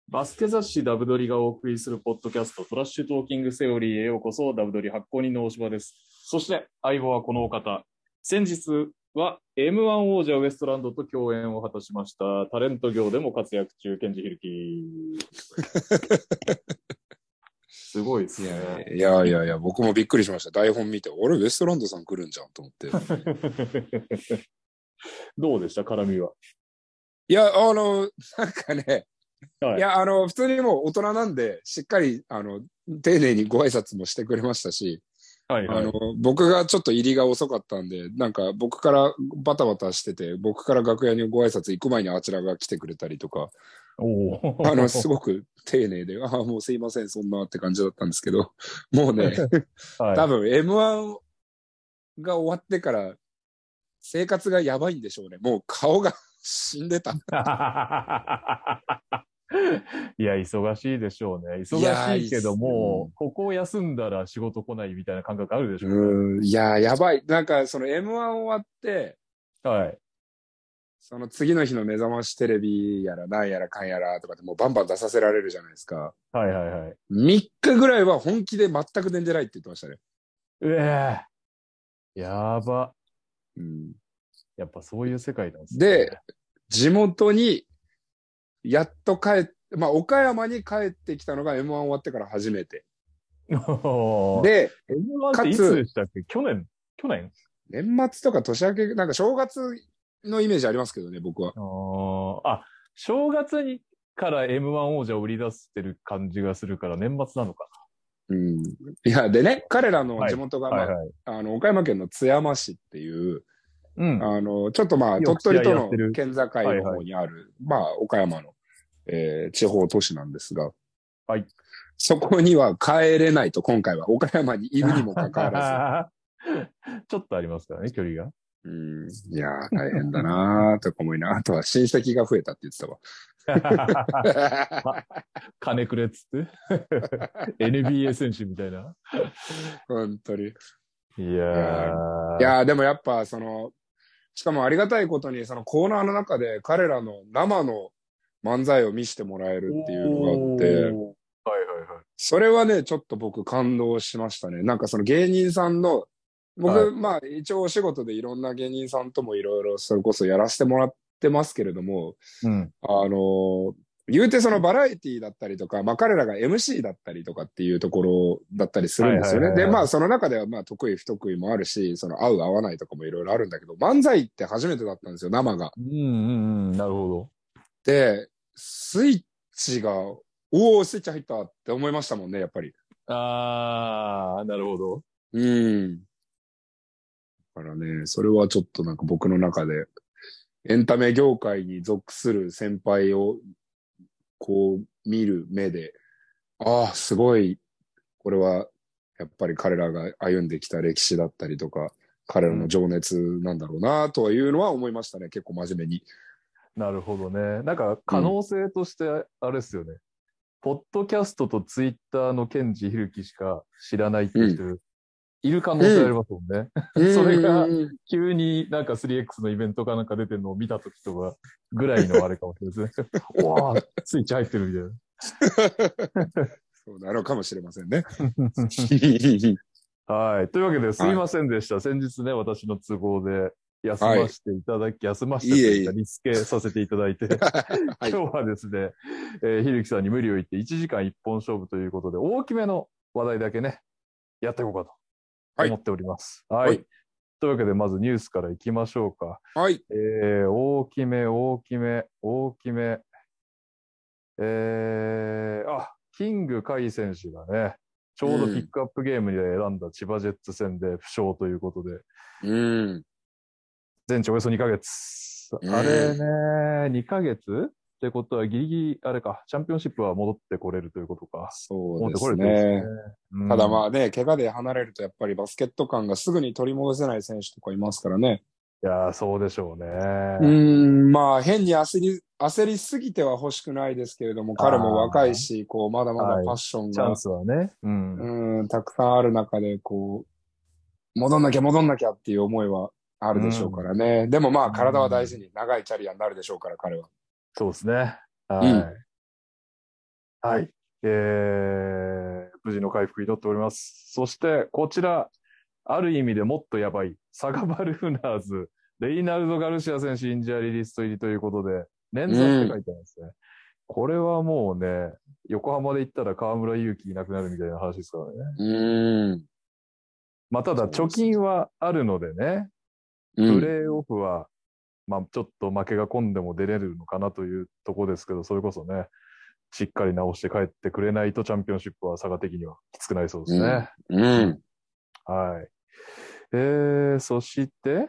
バスケ雑誌ダブドリがお送りするポッドキャストトラッシュトーキングセオリーへようこそ。ダブドリ発行人の大柴です。そして相棒はこのお方。先日は M1 王者ウエストランドと共演を果たしましたタレント業でも活躍中ケンジヒルキ。すごいですね。 いや、僕もびっくりしました。台本見て、俺ウエストランドさん来るんじゃんと思って。 どうでした絡みは。 いや、なんかね、 はい、 いや、普通にもう大人なんで、しっかり、丁寧にご挨拶もしてくれましたし、 はいはい、 僕がちょっと入りが遅かったんで、なんか僕からバタバタしてて、僕から楽屋にご挨拶行く前にあちらが来てくれたりとか、すごく丁寧で、もうすいません、そんなって感じだったんですけど、もうね、 はい、 多分 M1 が終わってから生活がやばいんでしょうね。もう顔が死んでた。 いや、忙しいでしょうね。忙しいけども、ここを休んだら仕事来ないみたいな感覚あるでしょうね。 いや、やばい。なんか、その M1 終わって、 はい。 その次の日の目覚ましテレビやらなんやらかんやらとかってもうバンバン出させられるじゃないですか。 はいはいはい。 3日ぐらいは本気で全く出てないって言ってましたね。 うえー、やば。 うん、 やっぱそういう世界なんですね。 で、地元にやっと岡山に帰ってきたのが M1 終わってから初めて。で、 M1 っていつでかつ、 したっけ？去年年末とか年明け、なんか正月のイメージありますけどね、僕は。 正月にから M1 王者を売り出してる感じがするから年末なのかうん。いや、でね、彼らのな。はい。 地元が、 はいはい。 岡山県の津山市っていう、 うん。 ちょっとよく試合鳥取とやってる。 の県境の方はいはい。 にある、岡山の、地方都市なんですが、 はい。 そこには帰れないと、今回は。岡山にいるにもかかわらず。 ちょっとありますからね、距離が。 いやー、大変だなーとか思いな。あとは親戚が増えたって言ってたわ。 金くれっつって。NBA 選手みたいな。 本当に。 いいやー、でもやっぱしかもありがたいことに、そのコーナーの中で彼らの生の漫才を見せてもらえるっていうのがあって、 はいはいはい。 それはね、ちょっと僕感動しましたね。なんかその芸人さんの、 はい。 僕、一応お仕事でいろんな芸人さんともいろいろそれこそやらせてもらってますけれども、 うん。 言うてそのバラエティだったりとか、彼らが MC だったりとかっていうところだったりするはいはいんですよね。で、 はいはい。 その中では得意不得意もあるし、その合う合わないとかもいろいろあるんだけど、漫才って初めてだったんですよ、生が。 うんうんうん、なるほど。 で、スイッチが、おー、スイッチ入ったって思いましたもんね、やっぱり。 なるほど。 うん。だからね、それはちょっとなんか僕の中で、エンタメ業界に属する先輩をこう見る目で、ああ、すごい、これはやっぱり彼らが歩んできた歴史だったりとか、彼らのうん。 情熱なんだろうなとはいうのは思いましたね、結構真面目に。 なるほどね。なんか可うん。 能性として、あれですよね。ポッドキャストとツイッターのケンジヒルキしか知らないっうん。 て人いる可能性うん。 ありますもんね。 うそれがん。 急になんか 3X のイベントかなんか出てるのを見たときとかぐらいのあれかもしれないですね。わあ、スイッチ入ってるみたいな。 そうなのかもしれませんね。 はい。というわけですいはい。 ませんでした。先日ね、私の都合ではい。 休ませていえいえ。 というかリスケさせていただいて、 はい。 今日はですね、ひるきさんに無理を言って1時間1本勝負ということで、大きめの話題だけね、やっていこうかとはい。 思っております。ははい。 い。というわけで、まずニュースから行きましょうか。 はい。 大きめ、大きめ、大きめ。キング・カイ選手がね、ちうょうどピッん。 クアップゲームで選んだ千葉ジェッツ戦で負傷ということで、 うん。 全治およそ2ヶ月。 うあれん。 ね、2ヶ月ってことはギリギリ、あれか、チャンピオンシップは戻ってこれるということか。戻ってこそうですれるといいですね。 ね。ただうん。 怪我で離れるとやっぱりバスケット感がすぐに取り戻せない選手とかいますからね。 いやー、そうでしょうね。 変に焦りすぎては欲しくないですけれども、彼も若いあし、まだあ、 まだパッはい。 ションが、 チャンスはね。うん。 たくさんある中で、戻んなきゃっていう思いはあるでしょうかうん。 らね。でもう体は大事ん。 に、長いキャリアになるでしょうから、彼は。 そうですね。 うん。 はい。 はい。無事の回復祈っております。そして、こちら、ある意味でもっとやばい、サガバルフナーズ、レイナルド・ガルシア選手インジャーリリスト入りということで、捻挫って書いてあるんですね。これはもうね、横浜で言ったら河村勇輝いなくなるみたいな話ですからね。まあ、ただ貯金はあるのでね、プレーオフは、まあ、ちょっと負けが込んでも出れるのかなというところですけど、それこそね、しっかり直して帰ってくれないとチャンピオンシップは差が的にはきつくなりそうですね。はい。そして、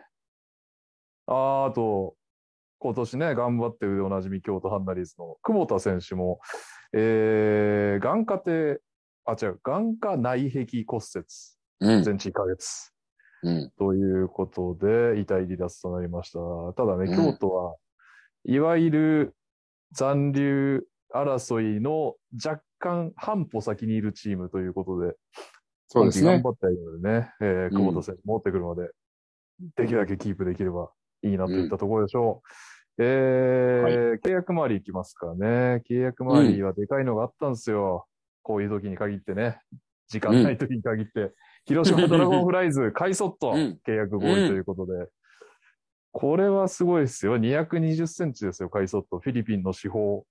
あと、今年ね、頑張ってるでおなじみ京都ハンナリーズの久保田選手も、眼下内壁骨折、全治1ヶ月。ということで、痛い離脱となりました。ただね、京都は、いわゆる残留争いの若干半歩先にいるチームということで、 そうですね。 今季頑張ったいのでね、久保田選手持ってくるので、できるだけキープできればいいなといったところでしょう。契約周りいきますかね。契約周りはでかいのがあったんですよ。こういう時に限ってね。時間ない時に限って。広島ドラゴンフライズ、カイソット、契約合意ということで。これはすごいですよ。220センチですよ、カイソット。フィリピンの司法。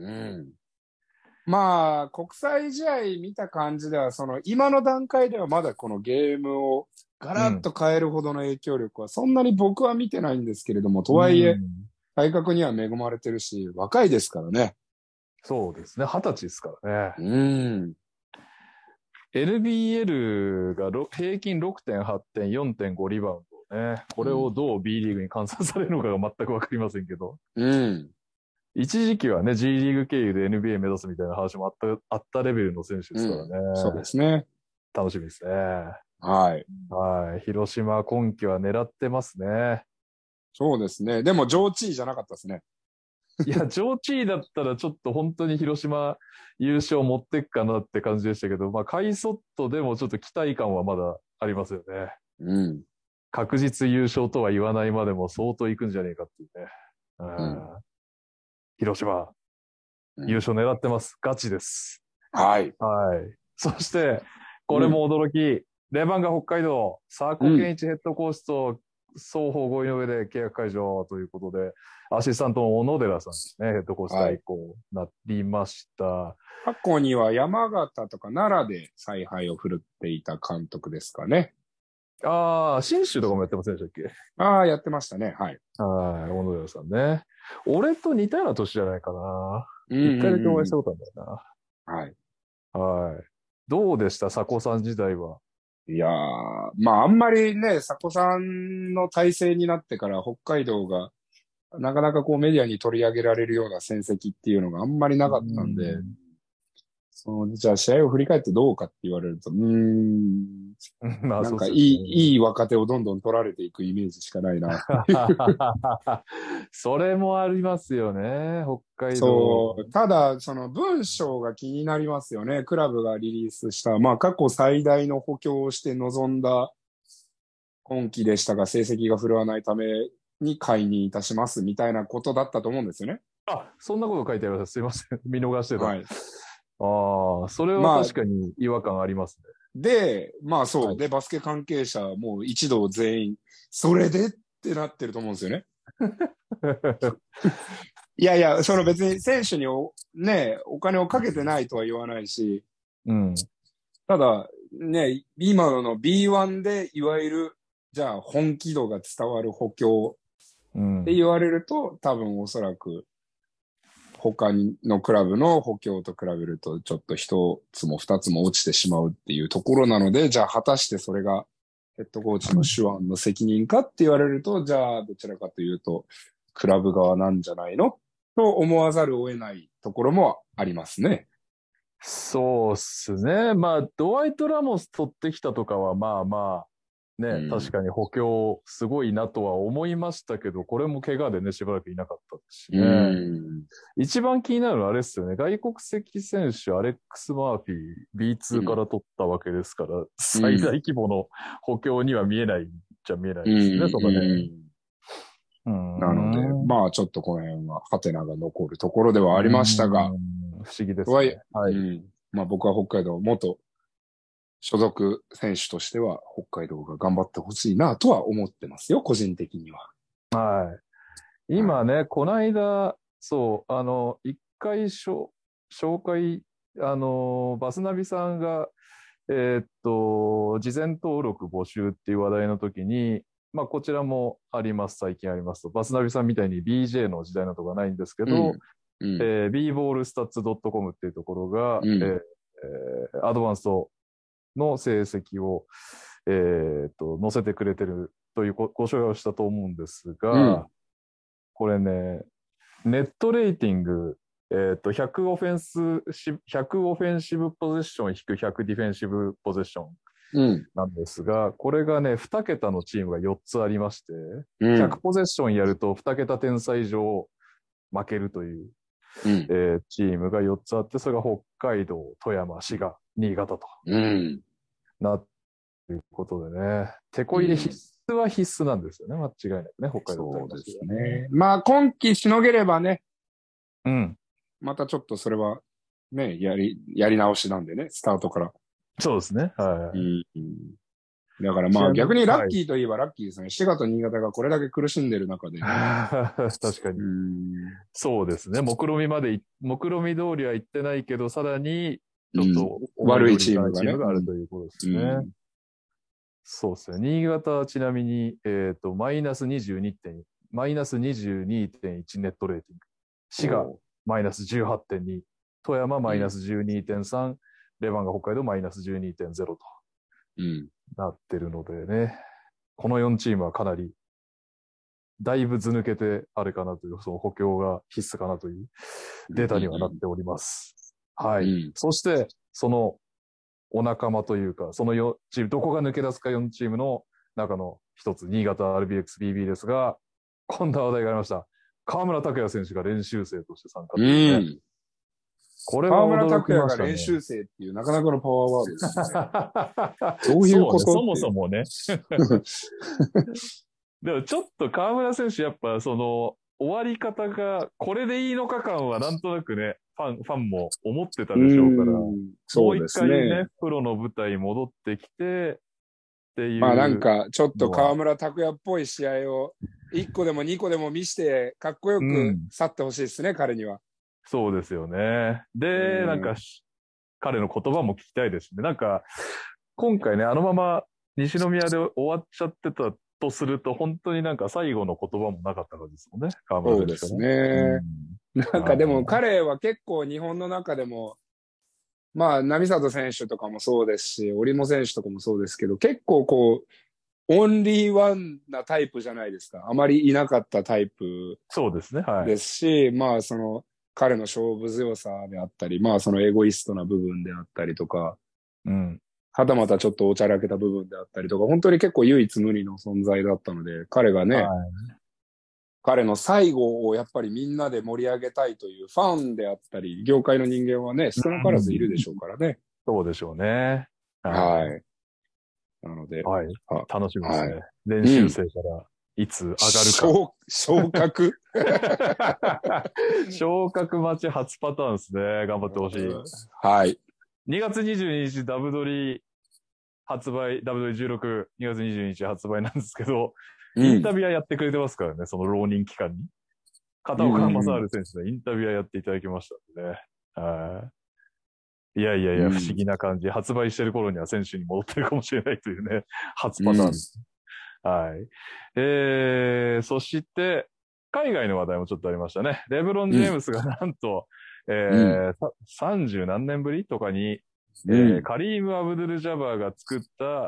まあ、国際試合見た感じでは、今の段階ではまだこのゲームをガラッと変えるほどの影響力はそんなに僕は見てないんですけれども、とはいえ、体格には恵まれてるし、若いですからね。 そうですね。20歳ですからね。NBL が平均 6.8 点、4.5 リバウンドね。これをどう B リーグに換算されるのかが全くわかりませんけど。一時期はね、G リーグ経由で NBA 目指すみたいな話もあったレベルの選手ですからね。 そうですね。 楽しみですね。 はい。 はい。広島今季は狙ってますね。 そうですね。でも上地位じゃなかったですね。 いや、上地位だったらちょっと本当に広島優勝持ってっかなって感じでしたけど、まあ、カイソットでもちょっと期待感はまだありますよね。確実優勝とは言わないまでも相当いくんじゃねえかっていうね。広島、優勝狙ってます。ガチです。 はい。 はい。そして、これも驚き、レバンガ北海道、佐古健一ヘッドコーチと双方合意の上で契約解除ということで、アシスタントの小野寺さんですね、ヘッドコーチ代行なりました。 過去には山形とか奈良で采配を振るっていた監督ですかね。 信州とかもやってませんでしたっけ？ やってましたね。はい。 はい、小野寺さんね。俺と似たような年じゃないかな。一回だけお会いしたことあるんだよな。はい。 はい。どうでした佐古さん時代は。 いやー、まああんまりね、佐古さんの体制になってから北海道がなかなかこうメディアに取り上げられるような戦績っていうのがあんまりなかったんで、じゃあ試合を振り返ってどうかって言われると、 まあなんかいい若手をどんどん取られていくイメージしかないな。 それもありますよね、北海道。 そう。ただ、その文章が気になりますよね。クラブがリリースした、まあ過去最大の補強をして臨んだ今季でしたが、成績が振るわないために解任いたしますみたいなことだったと思うんですよね。 そんなこと書いてあります。すいません。見逃してた。 はい。 それは確かに違和感ありますね。 で、まあそう。で、バスケ関係者もう一同全員、それでってなってると思うんですよね。いやいや、その別に選手にお金をかけてないとは言わないし、ただ、ね、今の B1 でいわゆる、じゃあ本気度が伝わる補強って言われると、多分おそらく他のクラブの補強と比べるとちょっと一つも二つも落ちてしまうっていうところなので、じゃあ果たしてそれがヘッドコーチの手腕の責任かって言われると、じゃあどちらかというとクラブ側なんじゃないのと思わざるを得ないところもありますね。 そうっすね。まあ、ドワイト・ラモス取ってきたとかは、まあまあ、ね、確かに補強すごいなとは思いましたけど、これも怪我でね、しばらくいなかったですしね。一番気になるのはあれですよね。外国籍選手、アレックス・マーフィー、B2 から取ったわけですから、最大規模の補強には見えないじゃ見えないですね、とかね。 なので、まあちょっとこの辺はハテナが残るところではありましたが、 不思議ですとはいえね。はい。 まあ僕は北海道元所属選手としては北海道が頑張ってほしいなとは思ってますよ、個人的には。 今ね、この間、そう、一回紹介、バスナビさんが、事前登録募集っていう話題の時に、まあ、こちらもあります、最近ありますと。バスナビさんみたいに BJ の時代のとかないんですけど、bballstats.com っていうところが、アドバンストの成績を、載せてくれてるというご紹介をしたと思うんですが、これね、ネットレーティング、100オフェンシブポゼッション引く100ディフェンシブポゼッションなんですが、これがね、2桁のチームが4つありまして、100ポゼッションやると2桁点差以上負けるという、チームが4つあって、それが北海道、富山、滋賀、新潟となっていることでね、テこ入れ必須は必須なんですよね、間違いなくね、北海道、 そうですね。まあ今季しのげればね、またちょっとそれはね、やり直しなんでね、スタートから。 そうですね。はい。 だからまあ逆にラッキーといえばラッキーですね。滋賀と新潟がこれだけ苦しんでる中で。 確かに。そうですね。目論見通りは行ってないけど、さらに、ちょっと、 悪いチームがあるということですね。そうですね。新潟はちなみに、マイナス22.1ネットレーティング。滋賀、マイナス18.2。富山、マイナス12.3。レバンガ北海道、マイナス12.0と。なってるのでね。この4チームはかなり、だいぶず抜けてあれかなという、その補強が必須かなというデータにはなっております。はい。そして、そのお仲間というか、その4チーム、どこが抜け出すか4チームの中の一つ、新潟 RBXBB ですが、こんな話題がありました。河村拓哉選手が練習生として参加というね。これは驚きましたね。 河村拓哉が練習生っていうなかなかのパワーワードですね。どういうこと、 そもそもね。でもちょっと河村選手やっぱその終わり方がこれでいいのか感はなんとなくね、ファンも思ってたでしょうから、もう一回ね、プロの舞台戻ってきてっていう。 まあなんかちょっと河村拓哉っぽい試合を1個でも2個でも見してかっこよく去ってほしいですね、彼には。 そうですよね。で、なんか彼の言葉も聞きたいですね。なんか今回ね、あのまま西宮で終わっちゃってたとすると、本当になんか最後の言葉もなかった感じですもんね、河村選手、 そうですね。なんかでも彼は結構日本の中でも、まあ、並里選手とかもそうですし、織茂選手とかもそうですけど、結構こう、オンリーワンなタイプじゃないですか。あまりいなかったタイプそうですね。はい。 ですし、まあその彼の勝負強さであったり、まあそのエゴイストな部分であったりとか、はたまたちょっとおちゃらけた部分であったりとか、本当に結構唯一無二の存在だったので、彼がね、彼の最後をやっぱりみんなで盛り上げたいというファンであったり、業界の人間はね、少なからずいるでしょうからね。 そうでしょうね。 はい。なので、 楽しみですね。練習生からいつ上がるか。 昇格昇格待ち初パターンですね。頑張ってほしい。 はい。 2月22日ダブドリ発売、ダブドリ16、2月22日発売なんですけど、インタビュアーやってくれてますからね、その浪人期間に。片岡正治選手でインタビュアーやっていただきましたんでね。いや、不思議な感じ。発売してる頃には選手に戻ってるかもしれないというね、初パターンです。はい。そして、海外の話題もちょっとありましたね。レブロン・ジェームスがなんと、30何年ぶりとかに、カリーム・アブドゥル・ジャバーが作った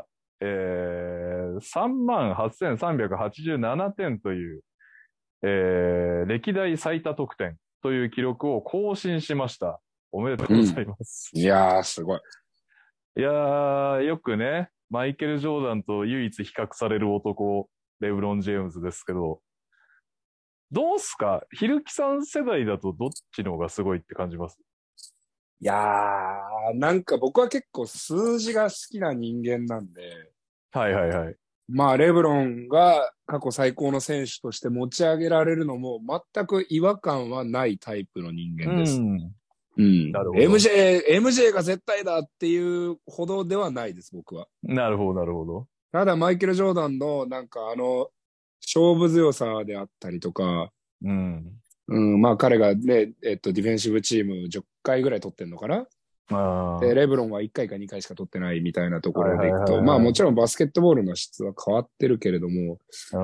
、38,387 点という、歴代最多得点という記録を更新しました。おめでとうございます。 いやー、すごい。 いやー、よくね、マイケル・ジョーダンと唯一比較される男、レブロン・ジェームズですけど、どうすか？ひるきさん世代だとどっちの方がすごいって感じます？ いやー、なんか僕は結構数字が好きな人間なんで。 はいはいはい。 まあ、レブロンが過去最高の選手として持ち上げられるのも全く違和感はないタイプの人間です。 うん。 なるほど。 MJ が絶対だっていうほどではないです、僕は。 なるほど、なるほど。 ただ、マイケル・ジョーダンの、なんか勝負強さであったりとか、 うん。 うん、まあ彼がね、ディフェンシブチーム10回ぐらい取ってんのかな。 ああ。 で、 はレブロンは1回か2回しか取ってないみたいなとこいはいろでいくと、 はいはい。 まあもちろんバスケットボールの質は変わってるけれども、 うん。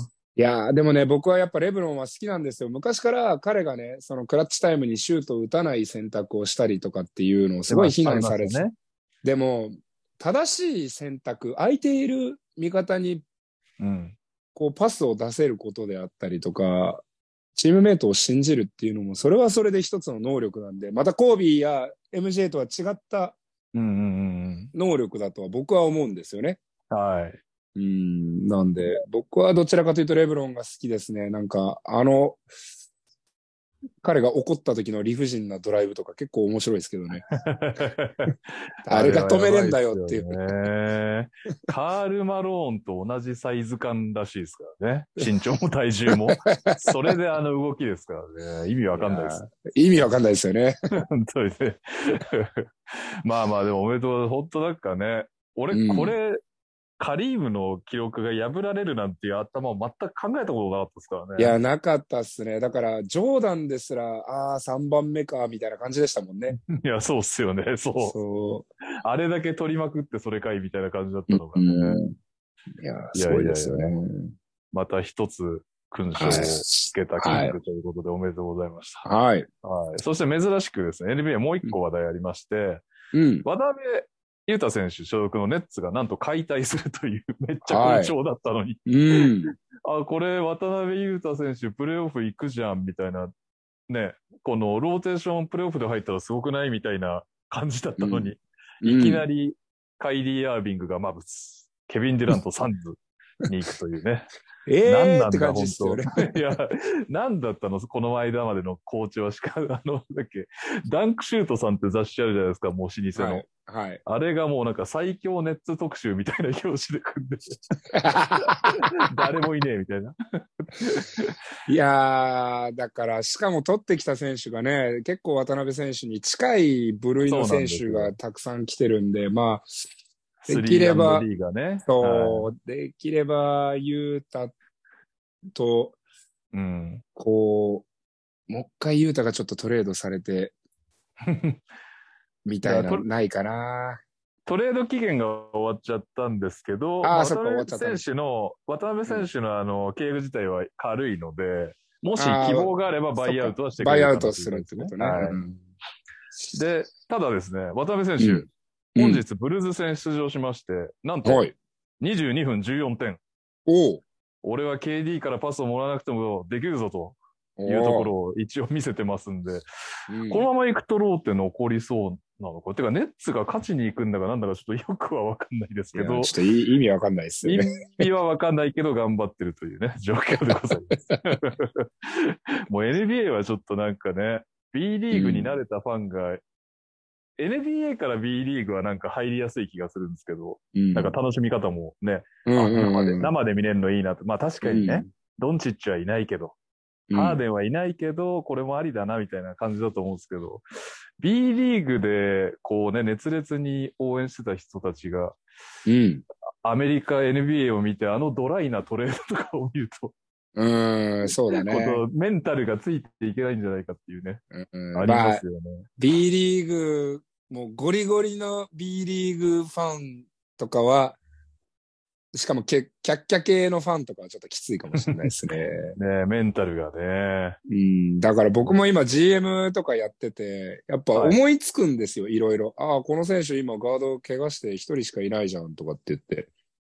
いやーでもね、僕はやっぱレブロンは好きなんですよ。昔から彼がね、そのクラッチタイムにシュートを打たない選択をしたりとかっていうのをすごい非あり難されて、 ますよね。 でも、正しい選択、空いている味方にうん。 こうパスを出せることであったりとか、チームメイトを信じるっていうのも、それはそれで一つの能力なんで、またコービーや MJ とは違ったうんうん能力だとは僕は思うんですよね。 うん。はい。 なんで、僕はどちらかというとレブロンが好きですね。なんか、彼が怒った時の理不尽なドライブとか結構面白いですけどね。 あれ誰が止めれんはやばいっだよっていう。 すよね。カール・マローンと同じサイズ感らしいですからね。身長も体重も。それであの動きですからね。意味わかんないです。 意味わかんないですよね。 本当にね。まあまあでもおめでとう。本当なんかね。俺、これ、カリームの記録が破られるなんていう頭を全く考えたことなかったですからね。 いや、なかったっすね。だから、ジョーダンですら、3番目か、みたいな感じでしたもんね。 いや、そうっすよね。そう。 そあれだけ取りまくってそれかいみたいな感じだっう。 たのがね。 いや、 いすごいですよやいやいや。 ね。 また一つ勲章をつけたキングということでおめでとうございました。 はい。 はい。そして珍しくですね、NBA もう一個話題ありまして、渡辺裕太選手所属のネッツがなんと解体するというめっちゃ好調だったのに。これ渡辺裕太選手プレーオフ行くじゃんみたいな、ね、このローテーションプレーオフで入ったらすごくないみたいな感じだったのに、いきなりカイリー・アービングがマブス、ケビン・デュラント・サンズに行くというね。何なんだ、本当。いや、何だったのこの間までのコーチはダンクシュートさんって雑誌あるじゃないですか、もう老舗の。 はい。 あれがもうなんか最強ネッツ特集みたいな表紙で組んで誰もいねえみたいな。 いやー、だからしかも取ってきた選手がね、結構渡辺選手に近い部類の選手がたくさん来てるんで、まあ、できれば、できれば、ユータと、こう、もう一回ユータがちょっとトレードされて、みたいな、ないかな。 トレード期限が終わっちゃったんですけど、渡辺選手の契約自体は軽いので、もし希望があればバイアウトはしてくれるバイアウトするってことね。 で、ただですね、渡辺選手、本日ブルーズ戦出場しまして、なんと22分14点。俺は KD からパスをもらわなくてもできるぞというところを一応見せてますんで、このまま行くとローテ残りそうなのか。てか、ネッツが勝ちに行くんだかなんだかちょっとよくはわかんないですけど。 ちょっと意味わかんないですよね。 意味はわかんないけど頑張ってるというね、状況でございます。もう NBA はちょっとなんかね、B リーグに慣れたファンが、NBA から B リーグはなんか入りやすい気がするんですけど、なんか楽しみ方もね、生で見れるのいいなと。まあ確かにね、ドンチッチはいないけど、ハーデンはいないけど、これもありだなみたいな感じだと思うんですけど、B リーグでこうね、熱烈に応援してた人たちが、アメリカ NBA を見て、あのドライなトレードとかを見ると、 そうだね。 メンタルがついていけないんじゃないかっていうね。ありますよね。 B リーグ、もうゴリゴリの B リーグファンとかは、しかもキャッキャ系のファンとかはちょっときついかもしれないですね。 ねメンタルがね。 だから僕も今 GM とかやってて、やっぱ思いつくんですよ、いろいろ。この選手今ガード怪我して一人しかいないじゃんとかって言って。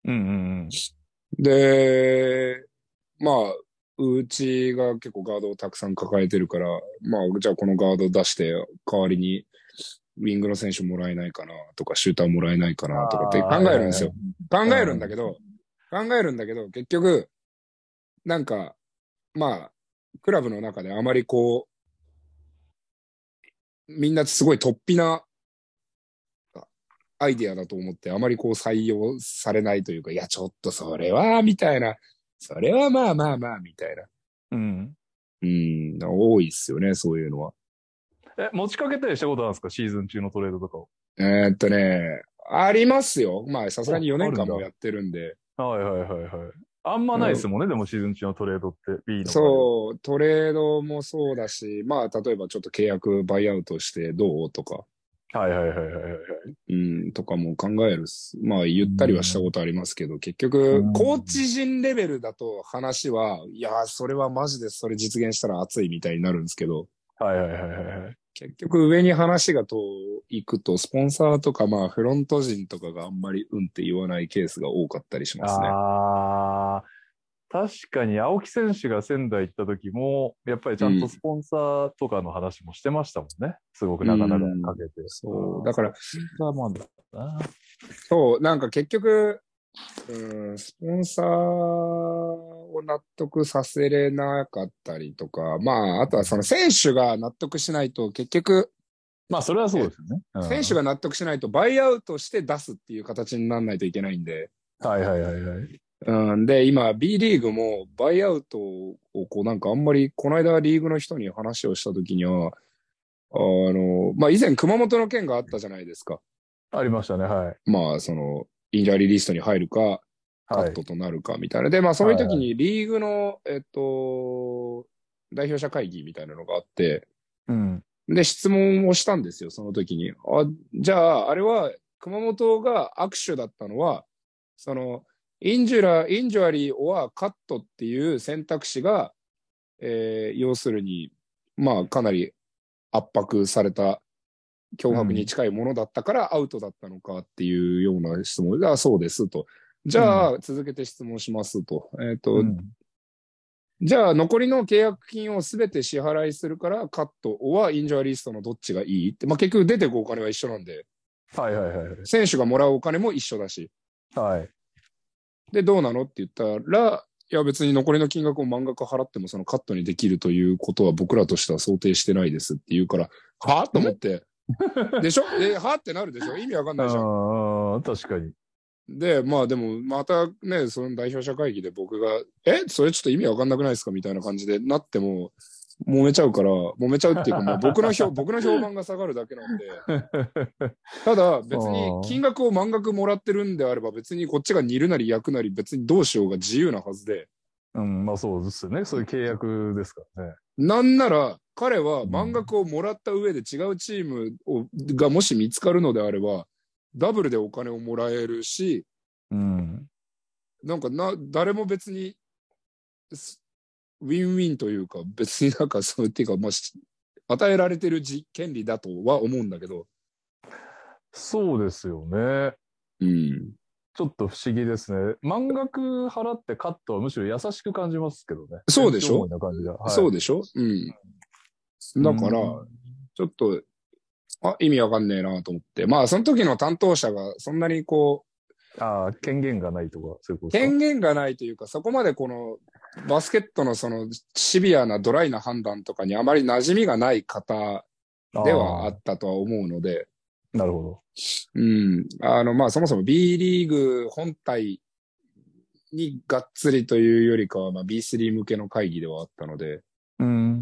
で、まあ、うちが結構ガードをたくさん抱えてるから、まあ、じゃあこのガード出して代わりにウィングの選手もらえないかなとか、シューターもらえないかなとかって考えるんですよ。考えるんだけど、結局、なんか、まあ、クラブの中であまりこう、みんなすごい突飛なアイディアだと思って、あまりこう採用されないというか、いや、ちょっとそれは、みたいな、それはまあまあまあ、みたいな。多いっすよね、そういうのは。 持ちかけたりしたことあるんですかシーズン中のトレードとかを。 ありますよ。まあ、さすがに4 あるんだ。 年間もやってるんで。 はいはいはいはい。あんまないですもんね、でもシーズン中のトレードって B の場合は。 そう、トレードもそうだし、まあ、例えばちょっと契約バイアウトしてどうとか、 はいはいはいはいはい。 とかも考えるまあ、言ったりはしたことありますけど、結う局、コーん。 チ陣レベルだと話は、いや、それはマジでそれ実現したら熱いみたいになるんですけど、 はいはいはいはいはい。 結局上に話が行くと、スポンサーとかまあフロント陣とかがあんまりうんって言わないケースが多かったりしますね。 あー、確かに青木選手が仙台行った時も、やっぱりちゃんとうん。 スポンサーとかの話もしてましたもんね。すごくう長々 ん。 かけて。 そう。だから、 スポンサーもあるんだな。 そう、なんか結局、スポンサーを納得させれなかったりとか、まあ、あとはその選手が納得しないと、結局、 まあ、それはそうえですよね。うん。 選手が納得しないと、バイアウトして出すっていう形にならないといけないんで、 はいはいはいはい。 で、今、B リーグも、バイアウトを、こう、なんかあんまり、この間リーグの人に話をしたときには、まあ、以前熊本の件があったじゃないですか。 ありましたね。はい。 まあ、その、インジャリーリストに入るか、カはい。 ットとなるか、みたいな。で、まあ、そういう時はいはい。 にリーグの、代表者会議みたいなのがあって、 うん。 で、質問をしたんですよ、その時に。じゃあ、あれは、熊本が握手だったのは、その、インジュアリーはカットっていう選択肢が、要するに、まあ、かなり圧迫された脅迫にうん。 近いものだったからアウトだったのかっていうような質問で、そうですと。じうん。 ゃあ、続けて質問しますと。 うん。 じゃあ、残りの契約金をすべて支払いするから、カットはインジャーリストのどっちがいいって、まあ、結局出てくお金は一緒なんで、 はいはいはいはい。 選手がもらうお金も一緒だし。 はい。 で、どうなのって言ったら、いや別に残りの金額を満額払ってもそのカットにできるということは僕らとしては想定してないですって言うから、はぁと思って、でしょはぁってなるでしょ意味わかんないじゃん。 ああ、確かに。 で、まあでも、またね、その代表者会議で僕が、それちょっと意味わかんなくないですかみたいな感じでなっても、揉めちゃうから、揉めちゃうっていうか、もう僕の評判が下がるだけなんで、ただ別に金額を満額もらってるんであれば、別にこっちが煮るなり焼くなり別にどうしようが自由なはずで、 うん、まあそうですよね。そういう契約ですからね。 なんなら彼は満うん。 額をもらった上で違うチームがもし見つかるのであれば、ダブルでお金をもらえるし、 うん。 なんか誰も別にウィンウィンというか、別になんかそうっていうか、まあ、与えられてる権利だとは思うんだけど、 そうですよね。 うん。 ちょっと不思議ですね。満額払ってカットはむしろ優しく感じますけどね。選手思そうでしょいな感じが。はい。 そうでしょうん。 うだから、 ん。 ちょっと、意味わかんねえなと思って。まあ、その時の担当者がそんなにこう、 ああ、権限がないとか、そういうことですか？ 権限がないというか、そこまでこの、バスケットのそのシビアなドライな判断とかにあまり馴染みがない方あではあっあ、 たとは思うので、 なるほど。 まあそもそも B リーグ本体にがっつりというよりかは、まあ B3 向けの会議ではあったので、 うん。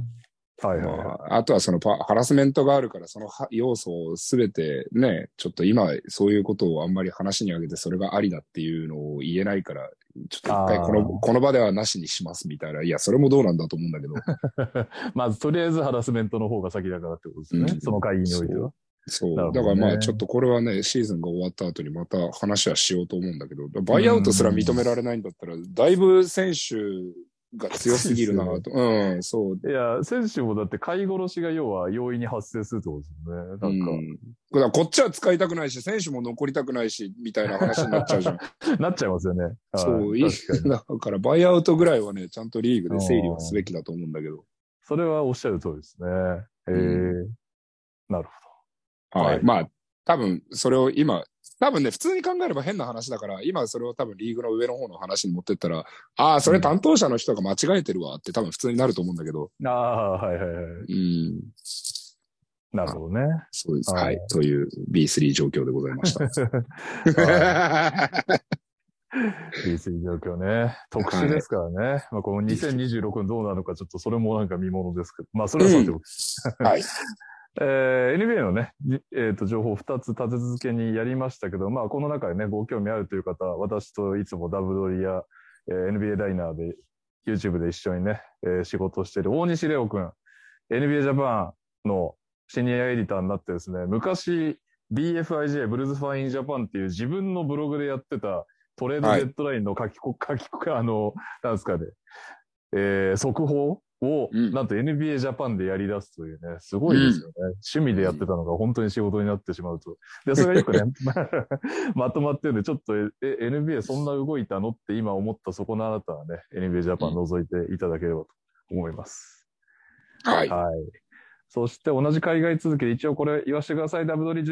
はいはいはい。 まあ、あとはそのハラスメントがあるから、その要素をすべてね、ちょっと今そういうことをあんまり話に上げてそれがありだっていうのを言えないから、ちょっと一回あこの場ではなしにしますみたいな。いや、それもどうなんだと思うんだけど。 あ。まず、とりあえずハラスメントの方が先だからってことですうん。 よね。その会議においては。 そう。そう。 なるほどだからまあちょっね。 とこれはね、シーズンが終わった後にまた話はしようと思うんだけど、 うバイアウトすら認めん。 られないんだったら、だいぶ選手がきつい強すぎですよね。 るなと。うん、そう。 いや、選手もだって飼い殺しが要は容易に発生するってことですよね。 うなんか、 ん。だからこっちは使いたくないし、選手も残りたくないし、みたいな話になっちゃうじゃん。 なっちゃいますよね。はい。 そう、 確かに。 だからバイアウトぐらいはね、ちゃんとリーグうで整理はすべん。 きだと思うんだけど。 それはおっしゃる通りですね。 うん。 なるほど。 はい。 はい。 まあ、多分、それを今、多分ね、普通に考えれば変な話だから、今それを多分リーグの上の方の話に持ってったら、ああ、それうん。 担当者の人が間違えてるわって多分普通になると思うんだけど。 ああ、はいはいはい。 うん。 なるあ、 ほどね。 そうです。はい。 はという B3 状況でございました。 い。はい。B3 状況ね。特殊はい。 ですからね。まあ、この2026年どうなのか、ちょっとそれもなんか見ものですけど。まあ、それはさてうん。 おき。 はい。 NBA のね、情報2つ立て続けにやりましたけど、まあ、この中でね、ご興味あるという方は、私といつもダブドリや、NBA ダイナーで、YouTube で一緒にね、仕事をしている大西レオくん、NBA ジャパンのシニアエディターになってですね、昔 BFIJ、ブルーズファインジャパンっていう自分のブログでやってたトレードデッドラインのなんですかね、速報を、なんと NBA ジャパンでやり出すというね、すごいですよね。趣味でやってたのが本当に仕事になってしまうと。で、それがよくね、まとまってるんで、ちょっとNBA そんな動いたのって今思ったそこのあなたはね、NBA ジャパン覗いていただければと思います。 はい。 はい。そして同じ海外続きで一応これ言わせてください。ダブドリ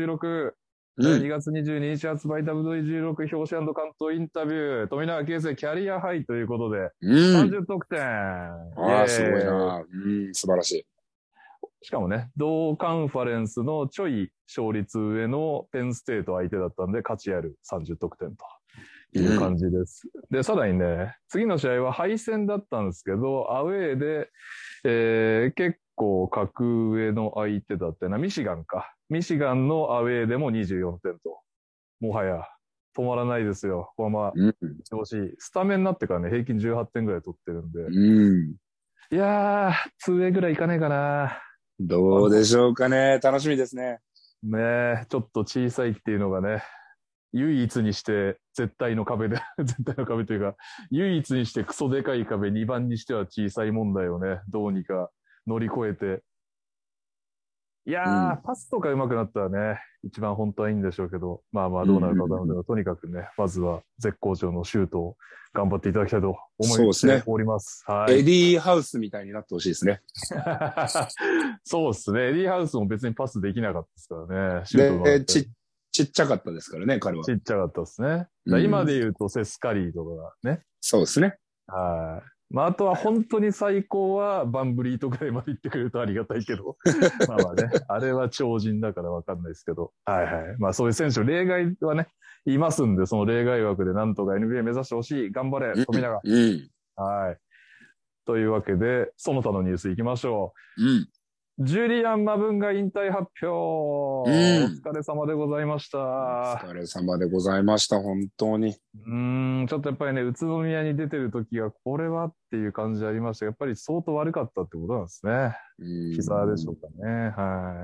16。2月22日発売ダブドリ16表紙関東インタビュー。富永啓生キャリアハイということで、30得点。 ああ、すごいな。素晴らしい。 しかもね、同カンファレンスのちょい勝率上のペンステート相手だったんで、価値ある30得点という感じです。で、さらにね、次の試合は敗戦だったんですけど、アウェーで、結構格上の相手だったな、ミシガンか。ミシガンのアウェーでも24点と。もはや止まらないですよ。このまま調子いい。スタメンになってからね、平均18点ぐらい取ってるんで。いやー、2A ぐらいいかねえかな。 どうでしょうかね。楽しみですね。 ねえ、ちょっと小さいっていうのがね、唯一にして絶対の壁で、絶対の壁というか、唯一にしてクソでかい壁、2番にしては小さい問題をね、どうにか乗り越えて。いやー、パスとか上手くなったらね、一番本当はいいんでしょうけど、まあまあどうなるかわからないけど、とにかくね、まずは絶好調のシュートを頑張っていただきたいと思っております。 はい。エディーハウスみたいになってほしいですね。 そうですね。エディーハウスも別にパスできなかったですからね。シュートで、ちっちゃかったですからね、彼は。 ちっちゃかったですね。今で言うとセスカリーとかがね。 そうですね。 はい。まあ、あとは本当に最高はバンブリートぐらいまで行ってくれるとありがたいけど。まあまあね、あれは超人だからわかんないですけど。はいはい。まあそういう選手、例外はね、いますんで、その例外枠でなんとか NBA 目指してほしい。頑張れ、富永。はい。というわけで、その他のニュース行きましょう。ジュリアン・マブンが引退発表。お疲れ様でございました。 お疲れ様でございました、本当に。 ちょっとやっぱりね、宇都宮に出てる時は、これはっていう感じありましたが、やっぱり相当悪かったってことなんですね。膝でしょうかね。はい。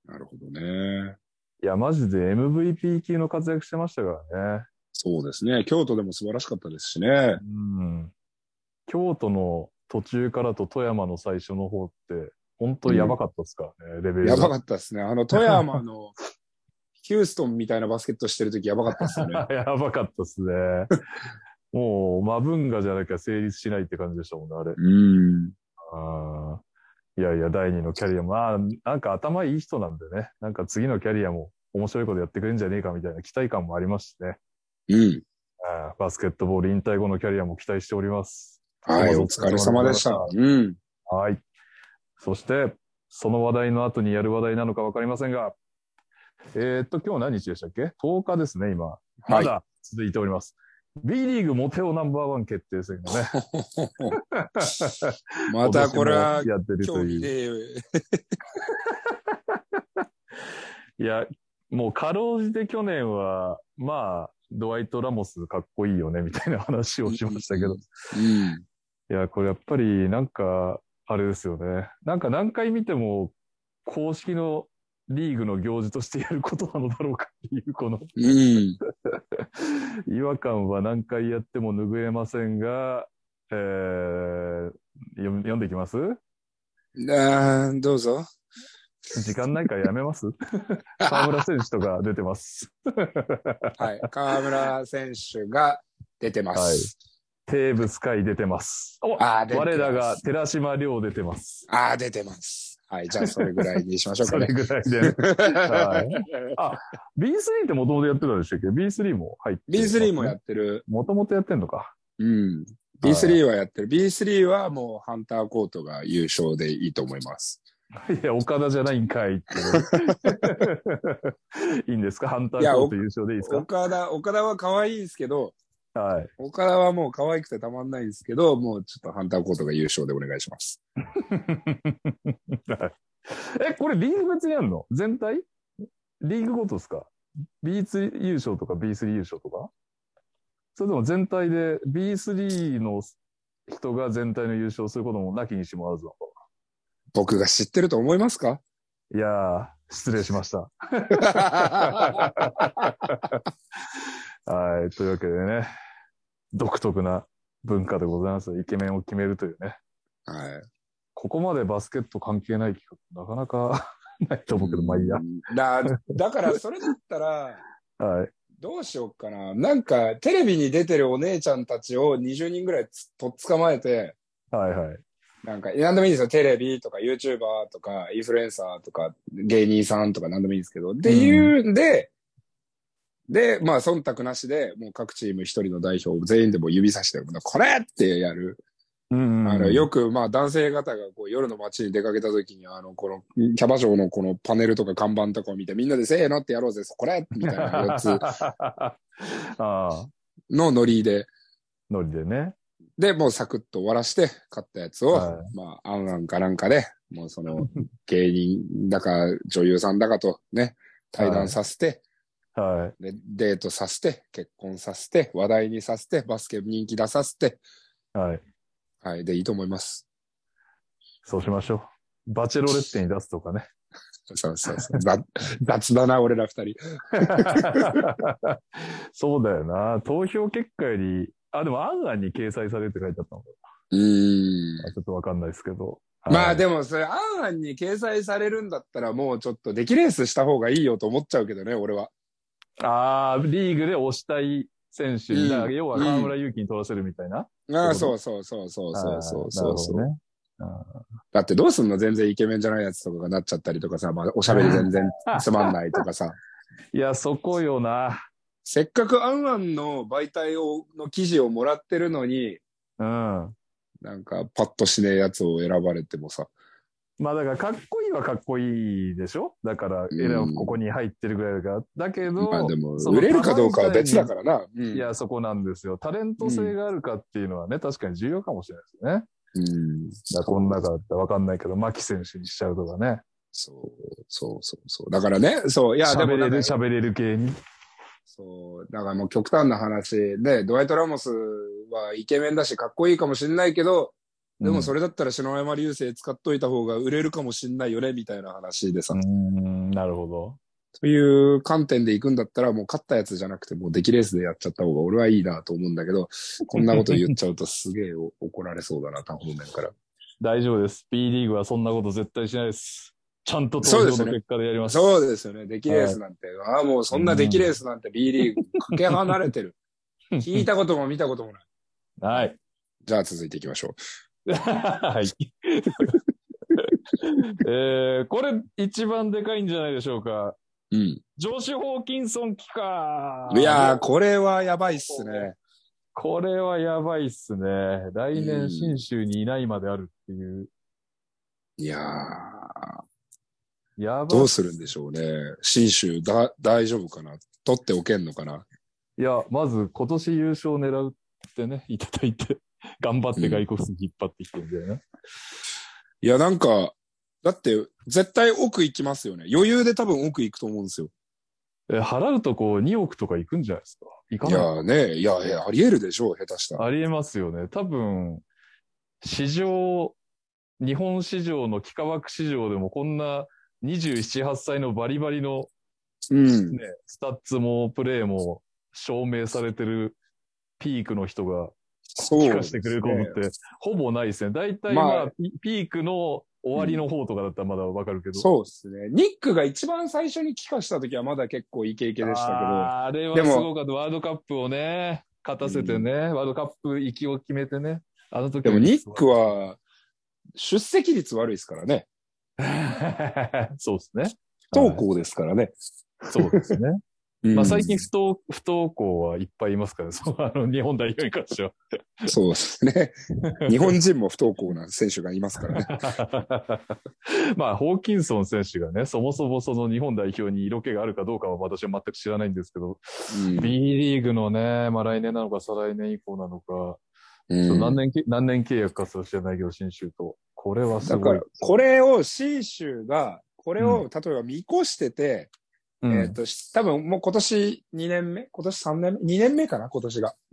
なるほどね。 いや、マジで MVP 級の活躍してましたからね。 そうですね。京都でも素晴らしかったですしね。 京都の途中からと富山の最初の方って、本当やばかったですからね、レベルが。 やばかったですね。富山のヒューストンみたいなバスケットしてるときやばかったですよね。 やばかったですね。もう、マブンガじゃなきゃ成立しないって感じでしたもんね、あれ。いやいや、第二のキャリアも、なんか頭いい人なんでね、なんか次のキャリアも面白いことやってくれるんじゃねえかみたいな期待感もありますしね。バスケットボール引退後のキャリアも期待しております。 はい、お疲れ様でした。 はい。そして、その話題の後にやる話題なのかわかりませんが、今日何日でしたっけ ?10 日ですね、今。まだ続いております。B リーグモテオナンバー1決定戦がね。 またこれはやってるという。 いや、もうかろうじて去年は、まあ、ドワイト・ラモスかっこいいよね、みたいな話をしましたけど。いや、これやっぱりなんか、あれですよね。なんか何回見ても、公式のリーグの行事としてやることなのだろうかっていう、この違和感は何回やっても拭えませんが、読んでいきます？ どうぞ。 時間ないからやめます河村選手とか出てます。 はい。河村選手が出てます。はい。 テーブス海出てます。我らが寺島亮出てます。 出てます。はい。じゃあそれぐらいにしましょうかね。 それぐらいで、ね。はい。B3 ってもともとやってたんでしたっけ？ B3 も入ってる、ね。 B3 もやってる。 もともとやってんのか。 B3 はやってる。B3 はもうハンターコートが優勝でいいと思います。 いや、岡田じゃないんかいって。いいんですか？ハンターコート優勝でいいですか？ 岡田は可愛いですけど、 はい。 岡田はもう可愛くてたまんないんですけど、もうちょっとハンターコートが優勝でお願いします。 ここれリーグ別にやるの？全体リーグごとですか？ B2 優勝とか B3 優勝とか？それとも全体で B3 の人が全体の優勝することもなきにしもあらずなのか僕が知ってると思いますか？ な。いやー、失礼しました。はい。というわけでね、独特な文化でございます。イケメンを決めるというね。 はい。 ここまでバスケット関係ない企画、なかなかないと思うけど、まあいいや。 だからそれだったら、 はい。 どうしようかな。なんか、テレビに出てるお姉ちゃんたちを20人ぐらいとっ捕まえて、 はいはい。 なんか、何でもいいですよ。テレビとか YouTuber とかインフルエンサーとか芸人さんとか何でもいいんですけど。っていうんで、まあ、忖度なしで、もう各チーム一人の代表を全員でもう指さして、これってやる。よく、まあ、男性方がこう夜の街に出かけた時に、この、キャバ嬢のこのパネルとか看板とかを見て、みんなでせーのってやろうぜ、これみたいなやつのノリで。 ノリでね。 で、もうサクッと終わらして、勝ったやつを、まあ、アンかなんかで、もうその、芸人だか、女優さんだかとね、対談させて、で、デートさせて、結婚させて、話題にさせて、バスケ人気出させて、はい。で、いいと思います。 そうしましょう。バチェロレッテに出すとかね。 そう。雑だな、俺ら二人。 そうだよな。投票結果より、でも、案に掲載されるって書いてあったのかな。ちょっとわかんないですけど。 まあでも、それ、案に掲載されるんだったら、もうちょっと出来レースした方がいいよと思っちゃうけどね、俺は。 リーグで推したい選手に、要は河村勇輝に取らせるみたいな。 そう。だってどうすんの？全然イケメンじゃないやつとかがなっちゃったりとかさ、まあ、おしゃべり全然つまんないとかさ。 いや、そこよな。 せっかくアンアンの媒体の記事をもらってるのに、なんかパッとしねえやつを選ばれてもさ。 まあだからかっこいいはかっこいいでしょ？だからここに入ってるぐらいだから。だけど、 まあでも売れるかどうかは別だからな。 いや、そこなんですよ。タレント性があるかっていうのはね、確かに重要かもしれないですね。この中だったらわかんないけど、牧選手にしちゃうとかね。 そう。だからね、そう、いや、 喋れる系に。 そう、だからもう極端な話で、ドワイト・ラモスはイケメンだしかっこいいかもしれないけど、でもそれだったら篠山流星使っといた方が売れるかもしれないよね、みたいな話でさ。 なるほど。 という観点で行くんだったら、もう勝ったやつじゃなくて、もう出来レースでやっちゃった方が俺はいいなと思うんだけど、こんなこと言っちゃうとすげえ怒られそうだな、他方面から。 大丈夫です。B リーグはそんなこと絶対しないです。ちゃんと投票の結果でやります。 そうですよね。出来レースなんて。もうそんな出来レースなんて B リーグかけ離れてる。聞いたことも見たこともない。 はい。 じゃあ続いていきましょう。 はい。これ一番でかいんじゃないでしょうか。ジョシュ・ホーキンソン期か。 いやー、これはやばいっすね。 これはやばいっすね。来年、新州にいないまであるっていう。 いやー。どうするんでしょうね。新州大丈夫かな？取っておけんのかな？ いや、まず今年優勝を狙うってね、いただいて、頑張って外国籍引っ張ってきてるんだよね。 いや、なんか、だって、絶対奥行きますよね。余裕で多分奥行くと思うんですよ。 払うとこう2億とか行くんじゃないですか？行かない？ いや、あり得るでしょう、下手したら。 あり得ますよね。多分、日本市場の幾何学市場でもこんな27、8歳のバリバリの、スタッツもプレーも証明されてるピークの人が聞かせてくれることってほぼないですね。大体ピークの終わりの方とかだったらまだわかるけど。 そうですね。ニックが一番最初に帰化した時はまだ結構イケイケでしたけど。 あれはすごかった。ワールドカップをね、勝たせてね、ワールドカップ行きを決めてね。あの時でもニックは出席率悪いですからね。 そうですね。 不登校ですからね。 そうですね。まあ最近不登校はいっぱいいますから、日本代表に関しては。 そうですね。日本人も不登校な選手がいますからね。 まあ、ホーキンソン選手がね、そもそもその日本代表に色気があるかどうかは私は全く知らないんですけど、B リーグのね、まあ来年なのか再来年以降なのか、何年契約かすら知らないけど、新州と。これはすごい。 だから、これを新州が、 これを、例えば見越してて、多分もう今年2年目今年3年目 ?2 年目かな今年が。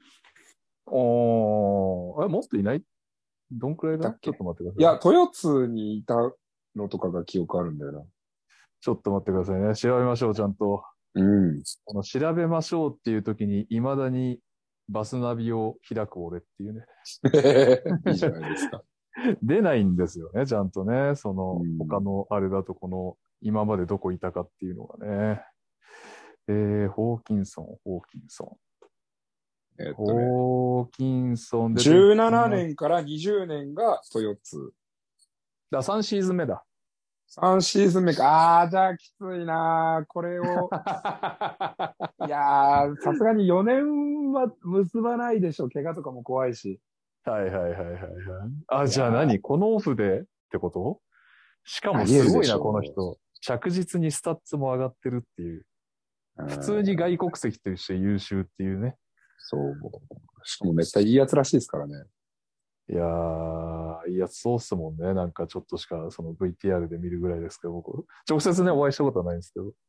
もっといないどんくらいだちょっと待ってください。 いや、豊津にいたのとかが記憶あるんだよな。 ちょっと待ってくださいね。調べましょう、ちゃんと。調べましょうっていう時に、未だにバスナビを開く俺っていうね。 いいじゃないですか。 出ないんですよね、ちゃんとね。他のあれだと今までどこいたかっていうのがね。ホーキンソン。ホーキンソンで。 17年から20年が豊津。 3シーズン目だ。 3シーズン目か。じゃあきついなこれを。いやさすがに4年は結ばないでしょ。怪我とかも怖いし。 はい。じゃあこのオフでってこと？しかもすごいな、この人。着実にスタッツも上がってるっていう。普通に外国籍として優秀っていうね。 そう。しかもめっちゃいいやつらしいですからね。 いやー、いいやつそうっすもんね。なんかちょっとしかVTR で見るぐらいですけど、僕、直接ね、お会いしたことはないんですけど。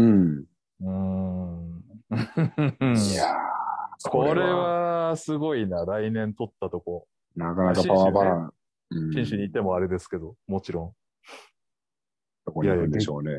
いやー、これはすごいな。来年取ったとこ。 なかなかパワーバランス。 選手にいてもあれですけど、もちろん。 どこに行くんでしょうね。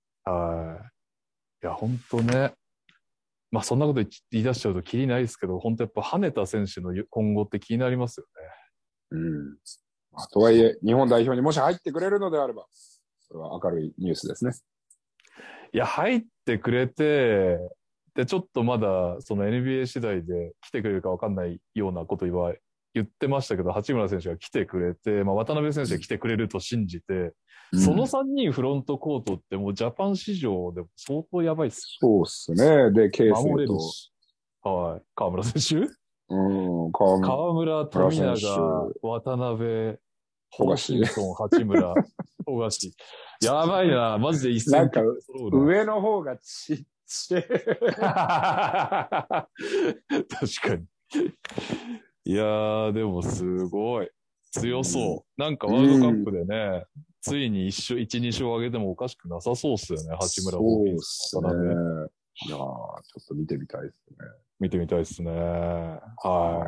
いや、本当ね。まあ、そんなこと言い出しちゃうときりないですけど、本当やっぱ羽田選手の今後って気になりますよね。 とはいえ、日本代表にもし入ってくれるのであれば、それは明るいニュースですね。 いや、入ってくれて、で、ちょっとまだ、NBA 次第で来てくれるか分かんないようなこと言ってましたけど、八村選手が来てくれて、まあ、渡辺選手が来てくれると信じて、その3人フロントコートってもうジャパン市場でも相当やばいっすよ。そうっすね。で、ケイ守れるし。はい。河村選手河村、富永、渡辺、ホーキンソン、八村、富樫。やばいな。マジで一戦なんか、上の方がちっちゃい。 確かに。いやー、でもすごい。強そう。なんかワールドカップでね、ついに1、2勝上げてもおかしくなさそうっすよね、八村ホーキンソン。 そうっすね。いやー、ちょっと見てみたいですね。 見てみたいですね。はい。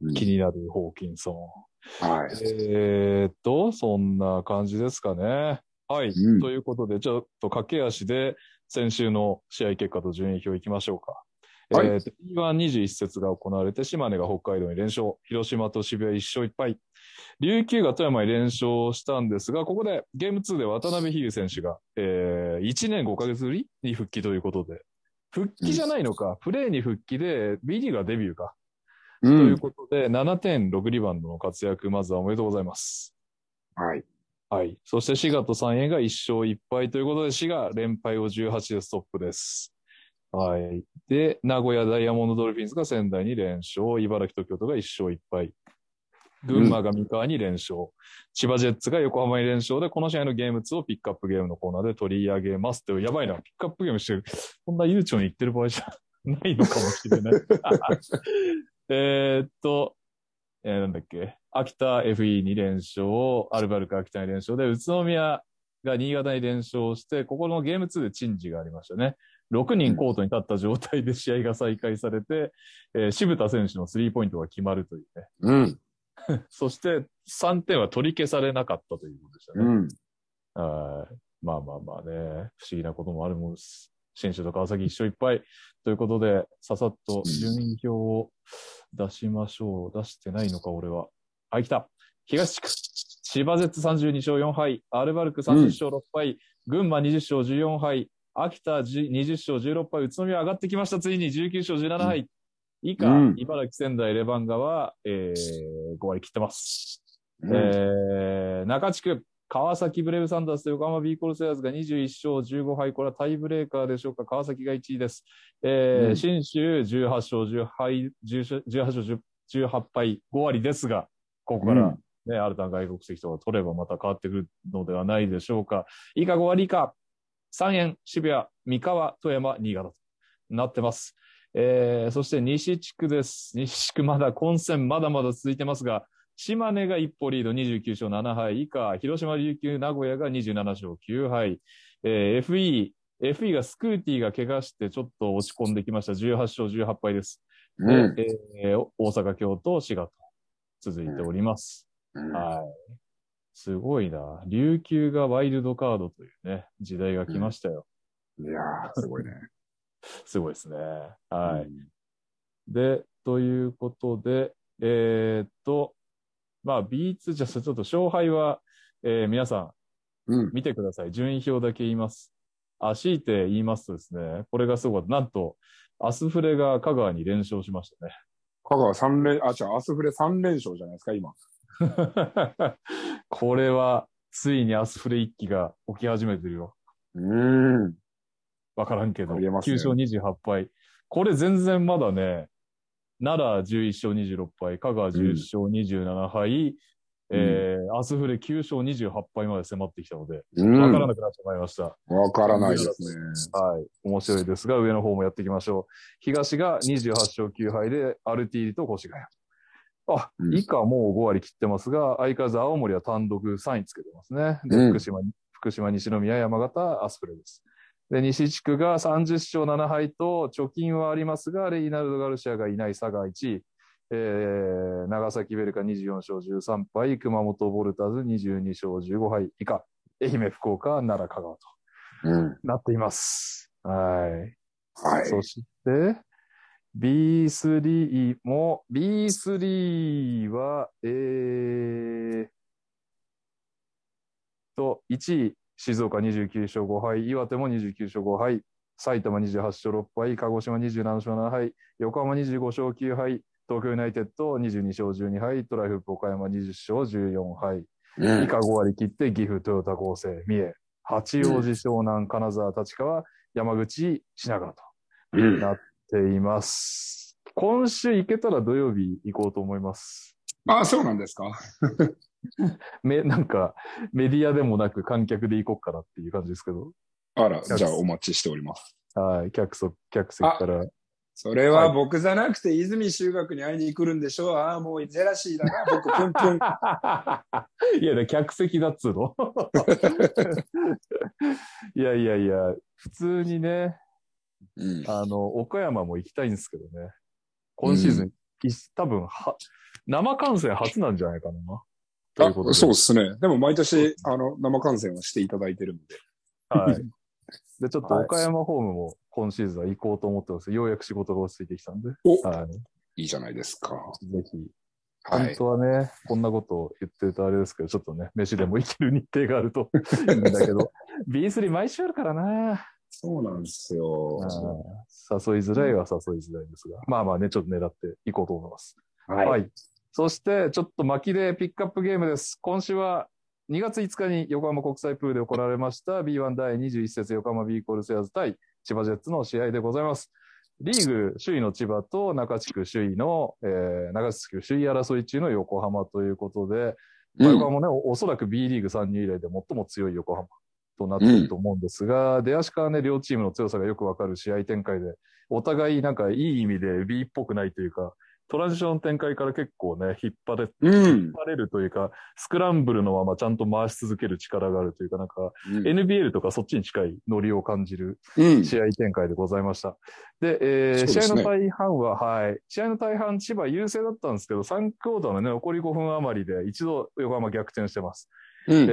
気になるホーキンソン。 はい。 そんな感じですかね。はい。ということで、ちょっと駆け足で先週の試合結果と順位表いきましょうか。T121 節が行われて、島根が北海道に連勝、広島と渋谷1勝1敗、琉球が富山に連勝したんですが、ここでゲーム2で渡辺比喩選手が、1年5ヶ月ぶりに復帰ということで、復帰じゃないのか、プレーに復帰で B リーガーデビューか。ということで、7.6リバウンドの活躍、まずはおめでとうございます。 はい。 はい。そして滋賀と三重が1勝1敗ということで、滋賀連敗を18でストップです。はい。で、名古屋ダイヤモンドドルフィンズが仙台に連勝、茨城と京都が1勝1敗。群馬が三河に連勝、千葉ジェッツが横浜に連勝で、この試合のゲーム2をピックアップゲームのコーナーで取り上げますという、やばいな、ピックアップゲームしてる。こんな悠長に言ってる場合じゃないのかもしれない。なんだっけ。秋田 FE に連勝、アルバルク秋田に連勝で、宇都宮が新潟に連勝して、ここのゲーム2で珍事がありましたね。6人コートに立った状態で試合が再開されて、渋田選手のスリーポイントが決まるというね。そして3点は取り消されなかったということでしたね。まあね、不思議なこともあるもんです。新州と川崎1勝1敗ということで、ささっと順位表を出しましょう。出してないのか、俺は。はい、来た。東地区。千葉ジェッツ32勝4敗。アルバルク30勝6敗。群馬20勝14敗。秋田20勝16敗。宇都宮上がってきました。ついに19勝17敗。以下、茨城仙台レバンガは、5割切ってます。中地区。川崎ブレイブサンダースと横浜ビーコルセアーズが21勝15敗。これはタイブレーカーでしょうか。川崎が1位です。新州18勝10敗、18勝18敗、5割ですが、ここからね、新たな外国籍とか取ればまた変わってくるのではないでしょうか。以下5割以下、三円、渋谷、三河、富山、新潟となってます。そして西地区です。西地区まだ混戦まだまだ続いてますが、 島根が一歩リード29勝7敗以下、広島、琉球、名古屋が27勝9敗、FE がスクーティーが怪我してちょっと落ち込んできました。18勝18敗です。で、大阪、京都、滋賀と続いております。はい。すごいな。琉球がワイルドカードというね、時代が来ましたよ。 いやー、すごいね。 すごいですね。はい。で、ということで、まあ、B2、じゃあちょっと勝敗は、皆さん、見てください。順位表だけ言います。強いて言いますとですね、これがすごかった。なんと、アスフレが香川に連勝しましたね。 香川アスフレ3連勝じゃないですか、今。 これは、ついにアスフレ一揆が起き始めてるよ。わからんけど、9勝28敗。これ全然まだね、奈良11勝26敗、香川10勝27敗、アスフレ9勝28敗まで迫ってきたので、わからなくなってまいりました。 わからないですね。 はい。面白いですが、上の方もやっていきましょう。東が28勝9敗で、アルティーリと越谷。以下もう5割切ってますが、相変わらず青森は単独3位つけてますね。で、福島、西宮、山形、アスフレです。で、西地区が30勝7敗と貯金はありますが、レイナルド・ガルシアがいない佐賀1位、長崎ベルカ24勝13敗、熊本ボルターズ22勝15敗以下、愛媛、福岡、奈良、香川と、なっています。はい。そして、B3 も、B3 は、1位、静岡29勝5敗、岩手も29勝5敗、埼玉28勝6敗、鹿児島27勝7敗、横浜25勝9敗、東京ユナイテッド22勝12敗、トライフープ岡山20勝14敗、以下5割切って岐阜、トヨタ合成、三重、八王子、湘南、金沢、立川、山口、品川となっています。今週行けたら土曜日行こうと思います。 そうなんですかなんか、メディアでもなく観客で行こうかなっていう感じですけど。 じゃあお待ちしております。 はい、客席から。 それは僕じゃなくて、泉修学に会いに来るんでしょう。もうジェラシーだな、僕、プンプン。 いや、客席だっつうの。いや、普通にね、岡山も行きたいんですけどね。今シーズン、多分生観戦初なんじゃないかな。 そうですね。でも毎年、生観戦はしていただいてるんで。 はい。で、ちょっと岡山ホームも今シーズンは行こうと思ってます。ようやく仕事が落ち着いてきたんで。 いいじゃないですか。 ぜひ。本当はね、こんなことを言ってるとあれですけど、ちょっとね、飯でも行ける日程があるといいんだけど、B3 毎週あるからな。 そうなんですよ。 誘いづらいは誘いづらいですが。まあね、ちょっと狙っていこうと思います。はい。そして、ちょっと巻きでピックアップゲームです。今週は2月5日に横浜国際プールで行われました B1 第21節横浜ビーコルセアーズ対千葉ジェッツの試合でございます。リーグ首位の千葉と中地区首位の、中地区首位争い中の横浜ということで、横浜ね、おそらく B リーグ参入以来で最も強い横浜となっていると思うんですが、出足からね、両チームの強さがよくわかる試合展開で、お互いなんかいい意味で B っぽくないというか、トランジション展開から結構ね、引っ張れるというか、スクランブルのままちゃんと回し続ける力があるというか、なんか、NBL とかそっちに近いノリを感じる試合展開でございました。で、試合の大半は、試合の大半千葉優勢だったんですけど、3クォーターのね、残り5分余りで一度横浜逆転してます。須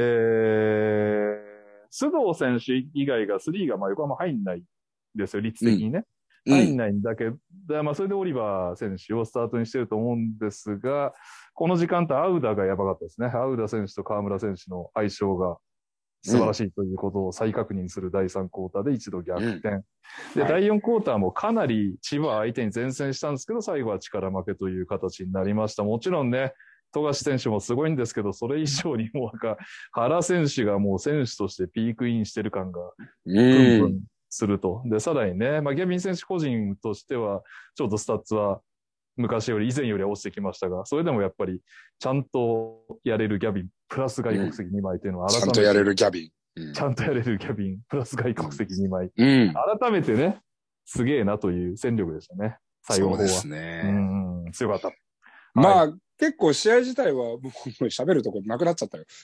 藤選手以外が3が横浜入んないんですよ、率的にね。入んないんだけど、それでオリバー選手をスタートにしてると思うんですが、この時間帯アウダがやばかったですね。アウダ選手と河村選手の相性が素晴らしいということを再確認する第3クォーターで一度逆転。で、第4クォーターもかなり千葉相手に前線したんですけど、最後は力負けという形になりました。もちろんね、富樫選手もすごいんですけど、それ以上にもう原選手がもう選手としてピークインしてる感が、すると。で、さらにね、ギャビン選手個人としては、ちょっとスタッツは昔より、以前よりは落ちてきましたが、それでもやっぱり、ちゃんとやれるギャビン、プラス外国籍2枚っていうのは改めて、ちゃんとやれるギャビン。ちゃんとやれるギャビン、プラス外国籍2枚。改めてね、すげえなという戦力でしたね。最後の方は。 そうですね。 強かった。 結構試合自体はもう喋るとこなくなっちゃったよ。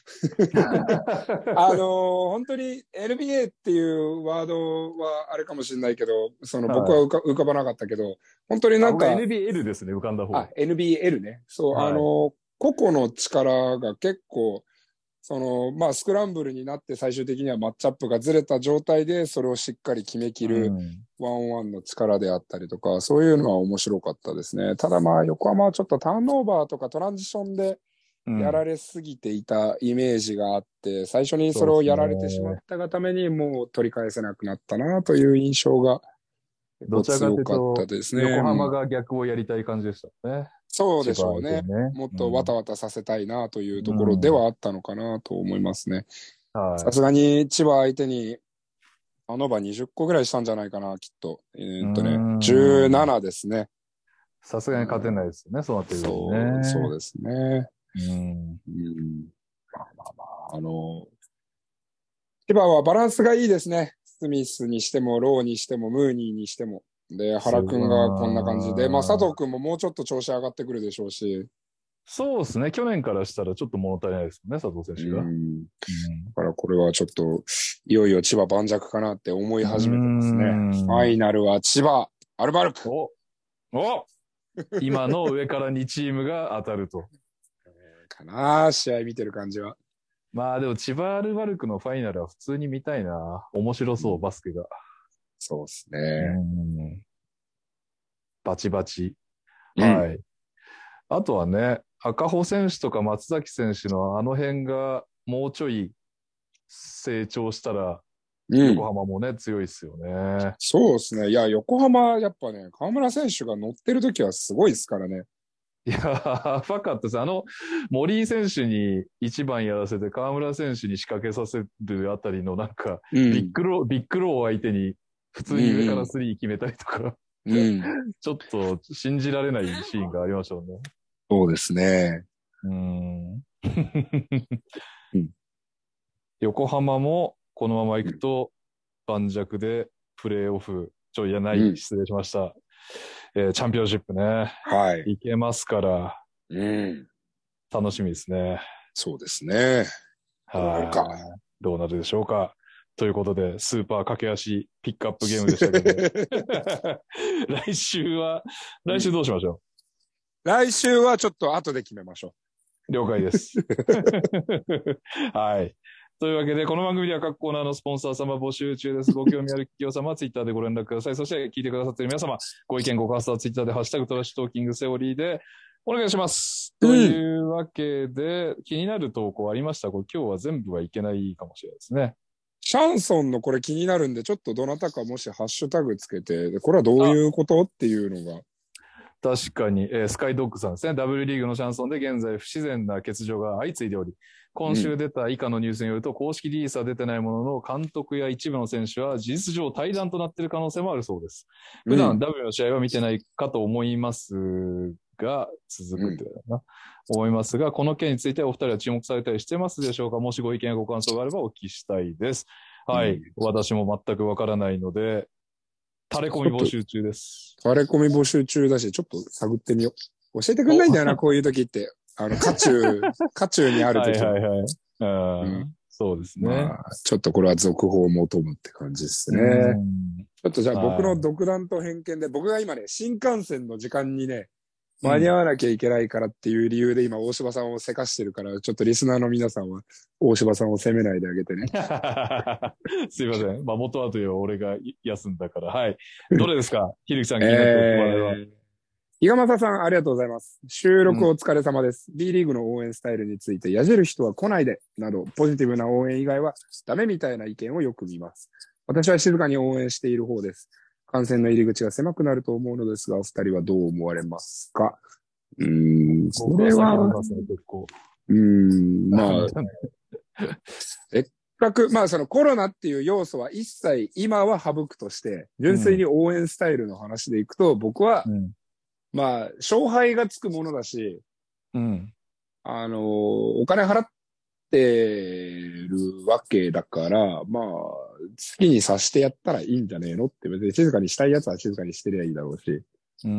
本当に NBA っていうワードはあれかもしれないけど、僕は浮かばなかったけど、本当になんか。 NBL ですね、浮かんだ方。 NBL ね。そう、はい、個々の力が結構、スクランブルになって最終的にはマッチアップがずれた状態で、それをしっかり決めきる、ワンオンワンの力であったりとか、そういうのは面白かったですね。ただ横浜はちょっとターンオーバーとかトランジションでやられすぎていたイメージがあって、最初にそれをやられてしまったがために、もう取り返せなくなったなという印象が、 どちらかというと、横浜が逆をやりたい感じでしたね。 そうでしょうね。もっとわたわたさせたいなというところではあったのかなと思いますね。さすがに千葉相手に、ターンオーバー20個ぐらいしたんじゃないかな、きっと。17ですね。 さすがに勝てないですよね、そうなってくるとね。 そうですね。千葉はバランスがいいですね。スミスにしても、ローにしても、ムーニーにしても。で、原くんがこんな感じで、佐藤くんももうちょっと調子上がってくるでしょうし。 そうですね。去年からしたらちょっと物足りないですね、佐藤選手が。だからこれはちょっと、いよいよ千葉盤石かなって思い始めてますね。ファイナルは千葉、アルバルク。 今の上から2チームが当たると。 かな、試合見てる感じは。 でも千葉アルバルクのファイナルは普通に見たいな。面白そう、バスケが。 そうですね。 バチバチ。はい。あとはね、赤穂選手とか松崎選手のあの辺がもうちょい成長したら、横浜もね、強いですよね。 そうですね。いや、横浜、やっぱね、河村選手が乗ってるときはすごいですからね。 いやー、ファカットです。森井選手に1番やらせて、河村選手に仕掛けさせるあたりのなんか、ビッグロー相手に普通に上からスリー決めたりとか、ちょっと信じられないシーンがありましたよね。 そうですね。 横浜もこのまま行くと盤石でプレーオフ、失礼しました。チャンピオンシップね。 はい。 いけますから、楽しみですね。 そうですね。 どうなるか。どうなるでしょうか。ということで、スーパー駆け足ピックアップゲームでしたけど、来週どうしましょう。 来週はちょっと後で決めましょう。了解です。はい。というわけで、この番組では各コーナーのスポンサー様募集中です。ご興味ある企業様はツイッターでご連絡ください。そして聞いてくださっている皆様、ご意見ご感想はツイッターでハッシュタグトラッシュトーキングセオリーでお願いします。というわけで、気になる投稿ありました？今日は全部はいけないかもしれないですね。 シャンソンのこれ気になるんで、ちょっとどなたかもしハッシュタグつけて、これはどういうことっていうのが。 確かに、スカイドッグさんですね。W リーグのシャンソンで現在不自然な欠場が相次いでおり、今週出た以下のニュースによると、公式リリースは出てないものの、監督や一部の選手は事実上退団となっている可能性もあるそうです。普段 W の試合は見てないかと思いますが、続くってことだな。思いますが、この件についてお二人は注目されたりしてますでしょうか？もしご意見やご感想があればお聞きしたいです。はい。私も全くわからないので、タレコミ募集中です。 タレコミ募集中だし、ちょっと探ってみよう。教えてくんないんだよな、こういう時って。渦中にある時。 そうですね。 ちょっとこれは続報を求むって感じですね。ちょっとじゃあ僕の独断と偏見で、僕が今ね、新幹線の時間にね、間に合わなきゃいけないからっていう理由で今大柴さんをせかしてるから、ちょっとリスナーの皆さんは大柴さんを責めないであげてね。 すいません。元はといえば俺が休んだから。はい。どれですか？ひるきさん気になっておく伊賀正さん、ありがとうございます。収録お疲れ様です。B リーグの応援スタイルについて、やじる人は来ないで、など、ポジティブな応援以外はダメみたいな意見をよく見ます。私は静かに応援している方です。感染の入り口が狭くなると思うのですが、お二人はどう思われますか？ それは、 せっかく、そのコロナっていう要素は一切今は省くとして、純粋に応援スタイルの話でいくと、僕は、勝敗がつくものだし、お金払ってるわけだから、好きにさしてやったらいいんじゃねえのって、別に静かにしたいやつは静かにしてりゃいいだろうし。 うん。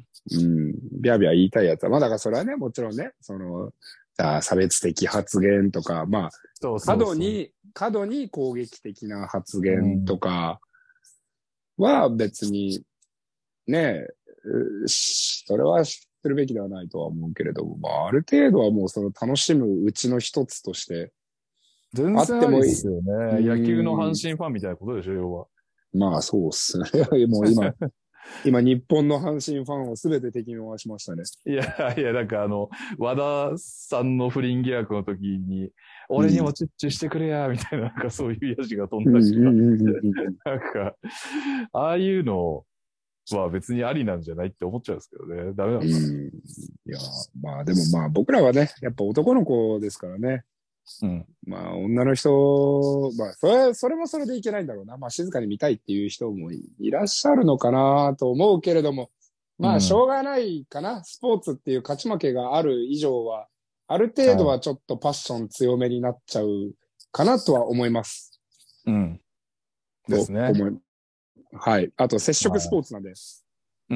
ビャービャー言いたいやつは、まあだからそれはね、もちろんね、差別的発言とか、まあ、 そうそうそう。 過度に攻撃的な発言とかは別にね、それはするべきではないとは思うけれども、まあ、ある程度はもうその楽しむうちの一つとして、あっ全然ありってもいい。 すよね。野球の阪神ファンみたいなことでしょ、要は。 まあそうっすね。もう今日本の阪神ファンをすべて敵に回しましたね。 いやいや、なんか和田さんの不倫疑惑の時に、 うん。 俺にもチッチしてくれや、みたいな、なんかそういうヤジが飛んうんうんだりとか。 うんうんなんか、ああいうのは別にありなんじゃないって思っちゃうんですけどね。ダメなのかな。 いや、まあでもまあ僕らはね、やっぱ男の子ですからね。 うん。 まあ女の人、まあそれもそれでいけないんだろうな。まあ静かに見たいっていう人もいらっしゃるのかなと思うけれども、まあしうん。 ょうがないかな。スポーツっていう勝ち負けがある以上は、ある程度はい。 はちょっとパッション強めになっちゃうかなとは思います。 うん。ですね。 と思い、はい。あと接触スはポーツなんで。 い。うん。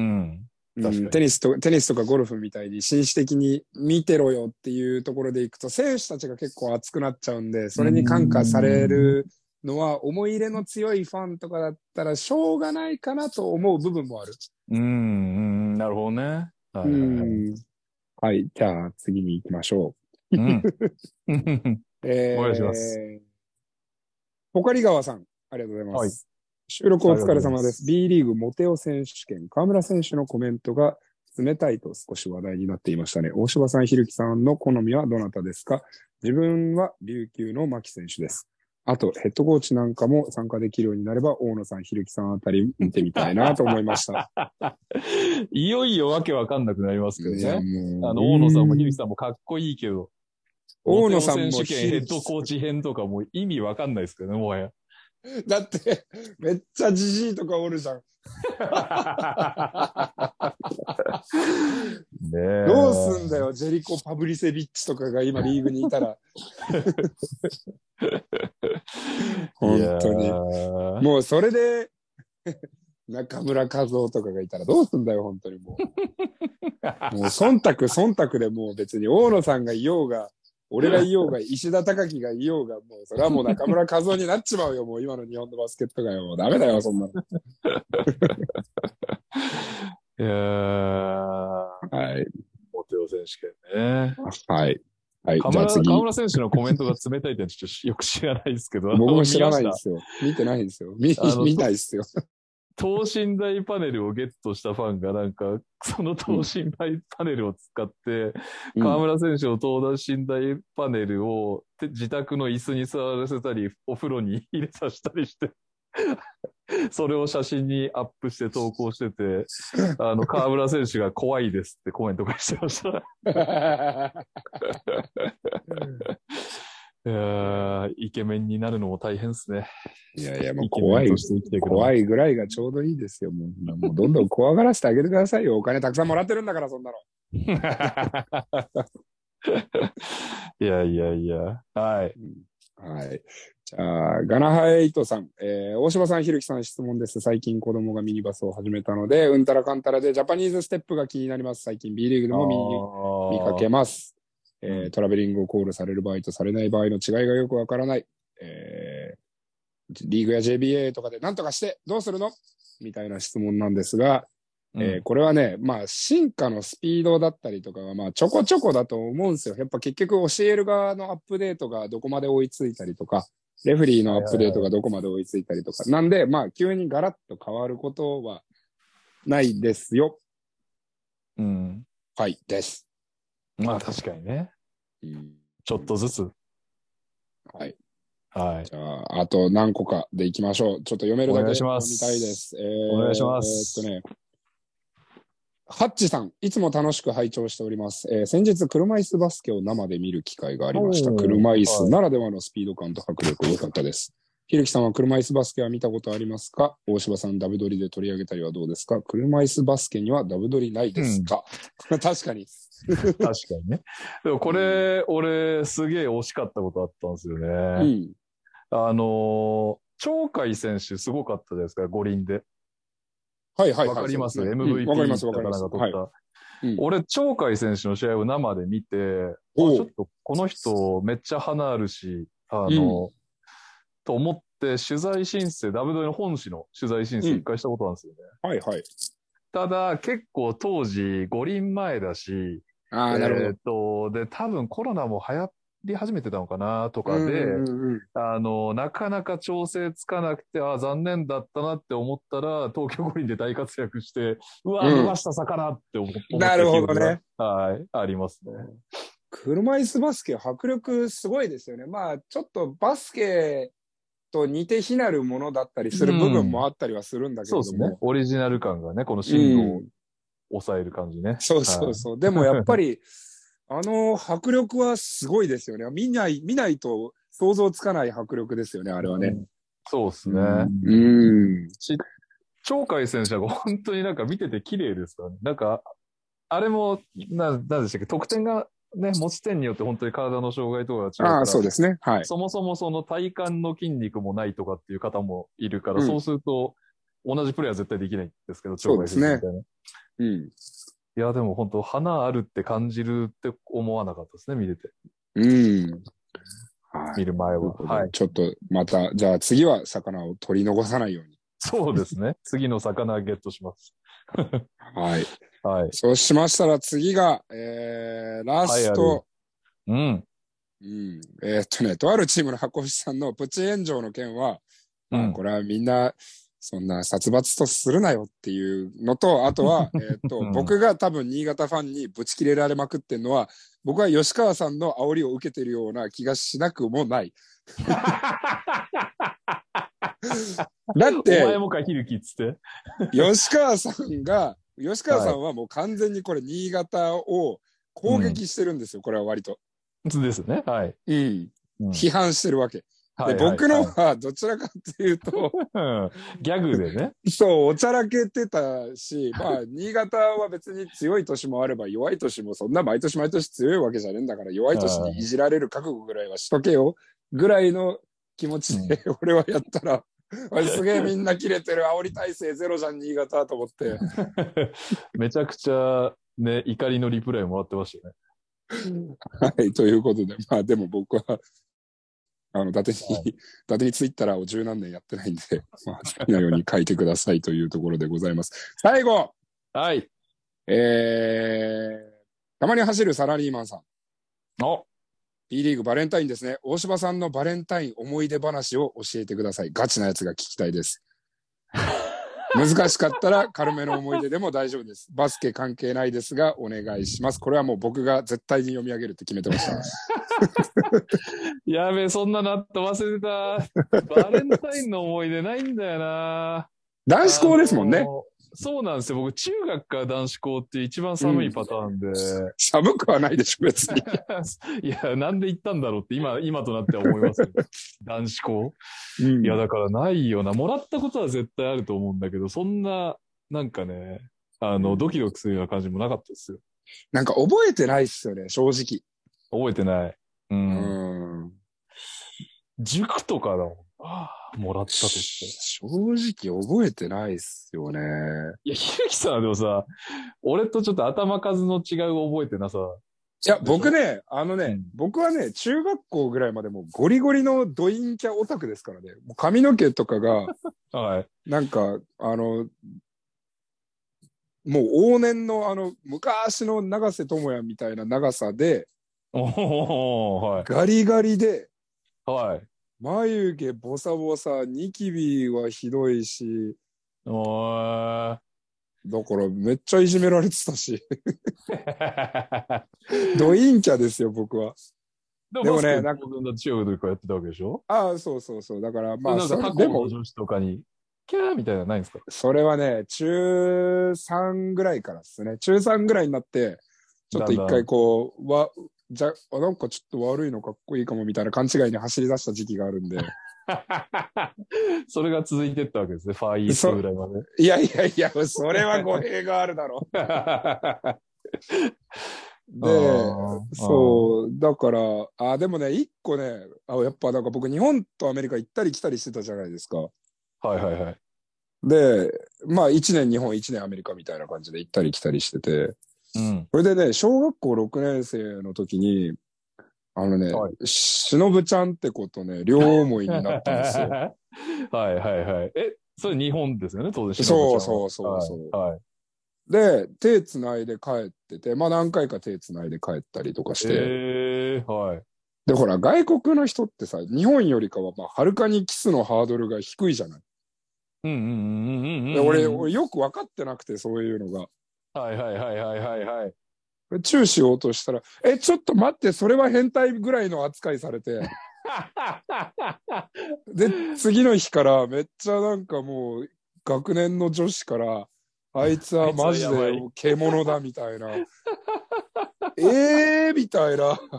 うん、 確かに。 テニスとかゴルフみたいに紳士的に見てろよっていうところでいくと、選手たちが結構熱くなっちゃうんで、そうれに感化されん。 るのは、思い入れの強いファンとかだったら、しょうがないかなと思う部分もある。 うん。なるほどね。はいうはいはい。 ん。はい。じゃあ、次に行きましょうん。 う。 お願いします。 ポカリ川さん、ありがとうございまはい。 す。収録お疲ありがとうございまれ様です。 す。 B リーグモテオ選手権、河村選手のコメントが冷たいと少し話題になっていましたね。大柴さん、ひるきさんの好みはどなたですか？自分は琉球の牧選手です。あと、ヘッドコーチなんかも参加できるようになれば、大野さん、ひるきさんあたり見てみたいなと思いました。 いよいよわけわかんなくなりますけどいや、 ね。 もう、 大野さんも樋口さんもかっこいいけど、モ大テオ野さんも選手権ヘひるきさッドコーチ編とかもう意味わかんないですけどね、もはや。 ん。だって、めっちゃじじいとかおるじゃん。 ねどうすんだえ。 よ、ジェリコ・パブリセビッチとかが今リーグにいたら。 いや本当に。 ー。 もうそれで、中村和夫とかがいたらどうすんだよ、本当にもう。もう忖度でもう別に大野さんがいようが、俺がいようが、石田貴樹がいようが、もうそれはもう中村和夫になっちまうよ、もう今の日本のバスケット界はもうダメだよ、そんなの。 いやー、 はい。 モテオ選手権ね。 はい。はい。じゃあ河次。 村選手のコメントが冷たいってちょっとよく知らないですけど、 僕も知ら見ました。 ないですよ。見てないですよ。 あの、と見ないですよ。 等身大パネルをゲットしたファンがなんか、その等うん。 身大パネルを使って、 うん。 河村選手の等身大パネルを自宅の椅子に座らせたり、お風呂に入れさせたりして、それを写真にアップして投稿してて、河村選手が怖いですってコメントがしてました。イケメンになるのも大変ですね。 いやいや、もうイケメンとして生きていくのも。 怖いぐらいがちょうどいいですよ。もうどんどん怖がらせてあげてくださいよ。お金たくさんもらってるんだから、そんなの。 いやいやいや。はい。 はい。じゃあ、ガナハエイトさん、大柴さん、ひるきさん質問です。最近子供がミニバスを始めたので、うんたらかんたらでジャパニーズステップが気になります。最近 B リーグでも見かけます。トラベリングをコールされる場合とされない場合の違いがよくわからない。リーグや JBA とかで何とかしてどうするのみたいな質問なんですが、これはね、まあ進化のスピードだったりとかがまあちょこちょこだと思うんですよ。やっぱ結局教える側のアップデートがどこまで追いついたりとか、レフリーのアップデートがどこまで追いついたりとか。なんで、まあ急にガラッと変わることはないですよ。 うん。 はい、です。 まあ確かにね。ちょっとずつ。 はい。 はい。 じゃあ、あと何個かでいきましょう。ちょっと読めるだけ読みたいです。 お願いします。 ハッチさん、いつも楽しく拝聴しております。先日、車椅子バスケを生で見る機会がありました。車椅子ならではのスピード感と迫力良かったです。ひるきさんは車椅子バスケは見たことありますか？大柴さん、ダブドリで取り上げたりはどうですか？車椅子バスケにはダブドリないですか？確かに。 確かにね。でもこれ、俺、すげえ惜しかったことあったんですよね。鳥海選手すごかったじゃないですか、五輪で。 はいはいはい。 わかります、 そうですね MVP わかりますわかります。 が取った。 うん俺、鳥海選手の試合を生で見て、ちおうょっとこの人めっちゃ花あるし、 うんと思って取材申請、WW の本誌の取材申請一回したことなんですよね。 はいはい。 ただ、結構当時五輪前だし、 ああ、なるほど。 で、多分コロナも流行り始めてたのかなとかで、 うんうんうんうん。 なかなか調整つかなくて、残念だったなって思ったら、東京五輪で大活躍して、うわ、 うん逃した魚って思ったなるほど記憶が、 ね。 はい、ありますね。 車椅子バスケ迫力すごいですよね。まあ、ちょっとバスケと似て非なるものだったりする部分もあったりはするんだけそうですね。 れども。 オリジナル感がね、この振動を抑える感じね。 そうそうそう。でもやっぱり、迫力はすごいですよね。見ないと想像つかない迫力ですよね、あれはね。 そうですね。鳥海選手は本当になんか見てて綺麗ですからね。なんか、あれも、なんでしたっけ、得点がね、持ち点によって本当に体の障害とかが違うから、 そうですね。はい。 そもそもその体幹の筋肉もないとかっていう方もいるから、そうすると、同じプレーは絶対できないんですけど、鳥海選手みたいな。いや、でも本当、花あるって感じるって思わなかったですね、見てて。見る前は。はい。 ちょっと、また、じゃあ次は魚を取り残さないように。 そうですね。次の魚ゲットします。 はい。 はい。 そうしましたら次が、ラスト。とあるチームの箱石さんのプチ炎上の件は、まあ、これはみんな、そんな殺伐とするなよっていうのと、あとは、僕が多分新潟ファンにぶち切れられまくってんのは、僕は吉川さんの煽りを受けてるような気がしなくもない。だって、 お前もか、ひるきっつって。 吉川さんはもう完全にこれ新潟を攻撃してるんですよ、これは割と。 ですね。はい。 批判してるわけ。で、僕のはどちらかっていうと、 ギャグでね。 そう、おちゃらけてたし、まあ、新潟は別に強い年もあれば弱い年もそんな毎年毎年強いわけじゃねえんだから、弱い年にいじられる覚悟ぐらいはしとけよ、ぐらいの気持ちで俺はやったら、すげえみんな切れてる、煽り体制ゼロじゃん、新潟と思って。 めちゃくちゃね、怒りのリプライもらってましたね。 はい、ということで、まあでも僕は、伊達にツイッターを十何年やってないんで、まあ、好きなように書いてくださいというところでございます。最後はい。 たまに走るサラリーマンさん。 B リーグバレンタインですね。大柴さんのバレンタイン思い出話を教えてください。ガチなやつが聞きたいです。難しかったら軽めの思い出でも大丈夫です。バスケ関係ないですがお願いします。これはもう僕が絶対に読み上げるって決めてました。 やべえ、そんなのあった忘れてた。バレンタインの思い出ないんだよな。 男子校ですもんね。 そうなんですよ。僕、中学から男子校って一番寒いパターンで。 寒くはないでしょ、別に。 いや、なんで行ったんだろうって今となっては思いますよ。男子校。いや、だからないよな。もらったことは絶対あると思うんだけど、そんな、なんかね、ドキドキするような感じもなかったですよ。 なんか覚えてないっすよね、正直。 覚えてない。塾とかだもん。もらったとして。 正直覚えてないっすよね。 いや、ひるきさんはでもさ、俺とちょっと頭数の違う覚えてなさ。 いや、僕ね、僕はね、中学校ぐらいまでもゴリゴリのドインキャオタクですからね。もう髪の毛とかが、 はい。 なんか、もう往年の昔の長瀬智也みたいな長さで、 はい、 ガリガリで、 はい。 眉毛ボサボサ、ニキビはひどいし、だからめっちゃいじめられてたし。ドインキャですよ、僕は。 でもね、なんか、中学の時からやってたわけでしょ？ そうそうそう。だから、まあ、 なんか他校の女子とかに、キャーみたいなのないんですか？ それはね、中3ぐらいからですね。中3ぐらいになって、ちょっと一回こう、なんかちょっと悪いのかっこいいかもみたいな勘違いに走り出した時期があるんで。 それが続いてったわけですね、ファーイーストぐらいまで。 いや、それは語弊があるだろう。で、そう、だから、でもね、一個ね、やっぱなんか僕日本とアメリカ行ったり来たりしてたじゃないですか。 はいはいはい。 で、まあ1年日本、1年アメリカみたいな感じで行ったり来たりしてて、 うん。 それでね、小学校6年生の時に、 はい。 しのぶちゃんってことね、両思いになったんですよ。 はいはいはい。それ日本ですよね、当然、しのぶちゃんは。 そうそうそうはい、 そう。 はい。 で、手繋いで帰ってて、まあ何回か手繋いで帰ったりとかして、 はい。 で、ほら、外国の人ってさ、日本よりかは、まあ、はるかにキスのハードルが低いじゃない。 うんうんうんうんうんでうんうん。 俺よく分かってなくて、そういうのが。 はいはいはいはいはいはい。 チューしようとしたら、ちょっと待って、それは変態ぐらいの扱いされて、で、次の日からめっちゃなんかもう、学年の女子から、あいつはあいつはマジでやばい。 獣だみたいな、みたいな。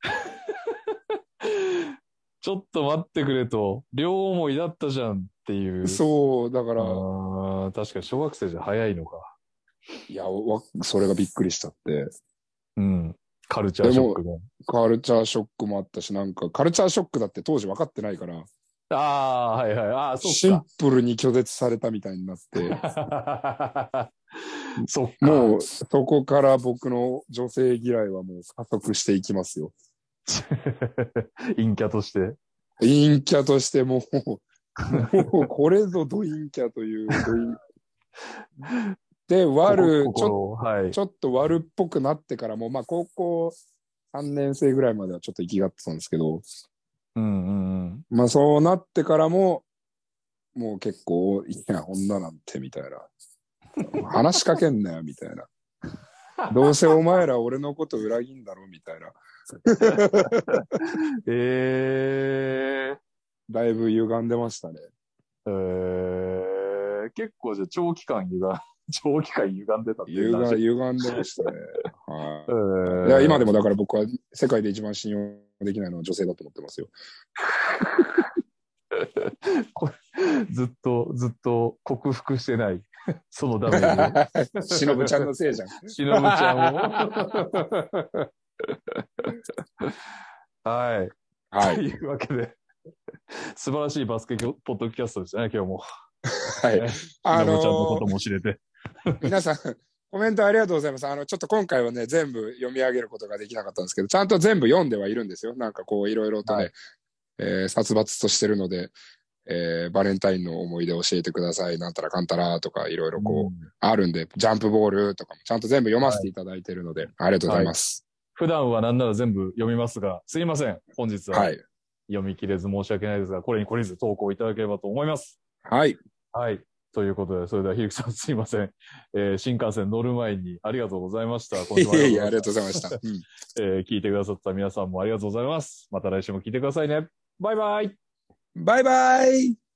ちょっと待ってくれと、両思いだったじゃんっていう。 そう、だから、 確かに小学生じゃ早いのか。 いや、それがびっくりしちゃって。 うん。カルチャーでも、 ショックね。 カルチャーショックもあったし、なんか、カルチャーショックだって当時分かってないから、 ああ、はいはい。ああ、そっシンか。 プルに拒絶されたみたいになって、 そっか。 もう、そこから僕の女性嫌いはもう加速していきますよ。 陰キャとして。 陰キャとしてもうこれぞド陰キャという、で、 はい。 ちょっと悪っぽくなってからも、まあ高校3年生ぐらいまではちょっと生きがってたんですけど、 うんうんうん。 まあそうなってからも、もう結構、いや、女なんてみたいな。話しかけんなよ、みたいな。どうせお前ら俺のこと裏切んだろ、みたいな。 えだいぶ歪んでましたね。 結構じゃあ長期間歪んでたっていう話。 歪んでましたね。 えはい。いや、今でもだから僕は世界で一番信用できないのは女性だと思ってますよ。 これずっと克服してない。そのダメージ。 しのぶちゃんのせいじゃん。 しのぶちゃんを。はい。 はい。 というわけで、素晴らしいバスケポッドキャストでしたね、今日も。 はい。 ね、しのぶちゃんのことも知れて。 皆さん、コメントありがとうございます。ちょっと今回はね、全部読み上げることができなかったんですけど、ちゃんと全部読んではいるんですよ。なんかこう、いろいろとね、殺伐としてるので、バレンタインの思い出教えてください。なんたらかんたらとか、いろいろこう、あるんで、ジャンプボールとかもちゃんと全部読ませていただいているので、ありがとうございます。 普段はなんなら全部読みますが、すいません。本日は読み切れず申し訳ないですが、これに懲りず投稿いただければと思います。 はい。 はい。ということで、それではひるきさんすいません。新幹線乗る前にありがとうございました。 いえいえ、ありがとうございました。 聞いてくださった皆さんもありがとうございます。また来週も聞いてくださいね。バイバイ。 バイバイ。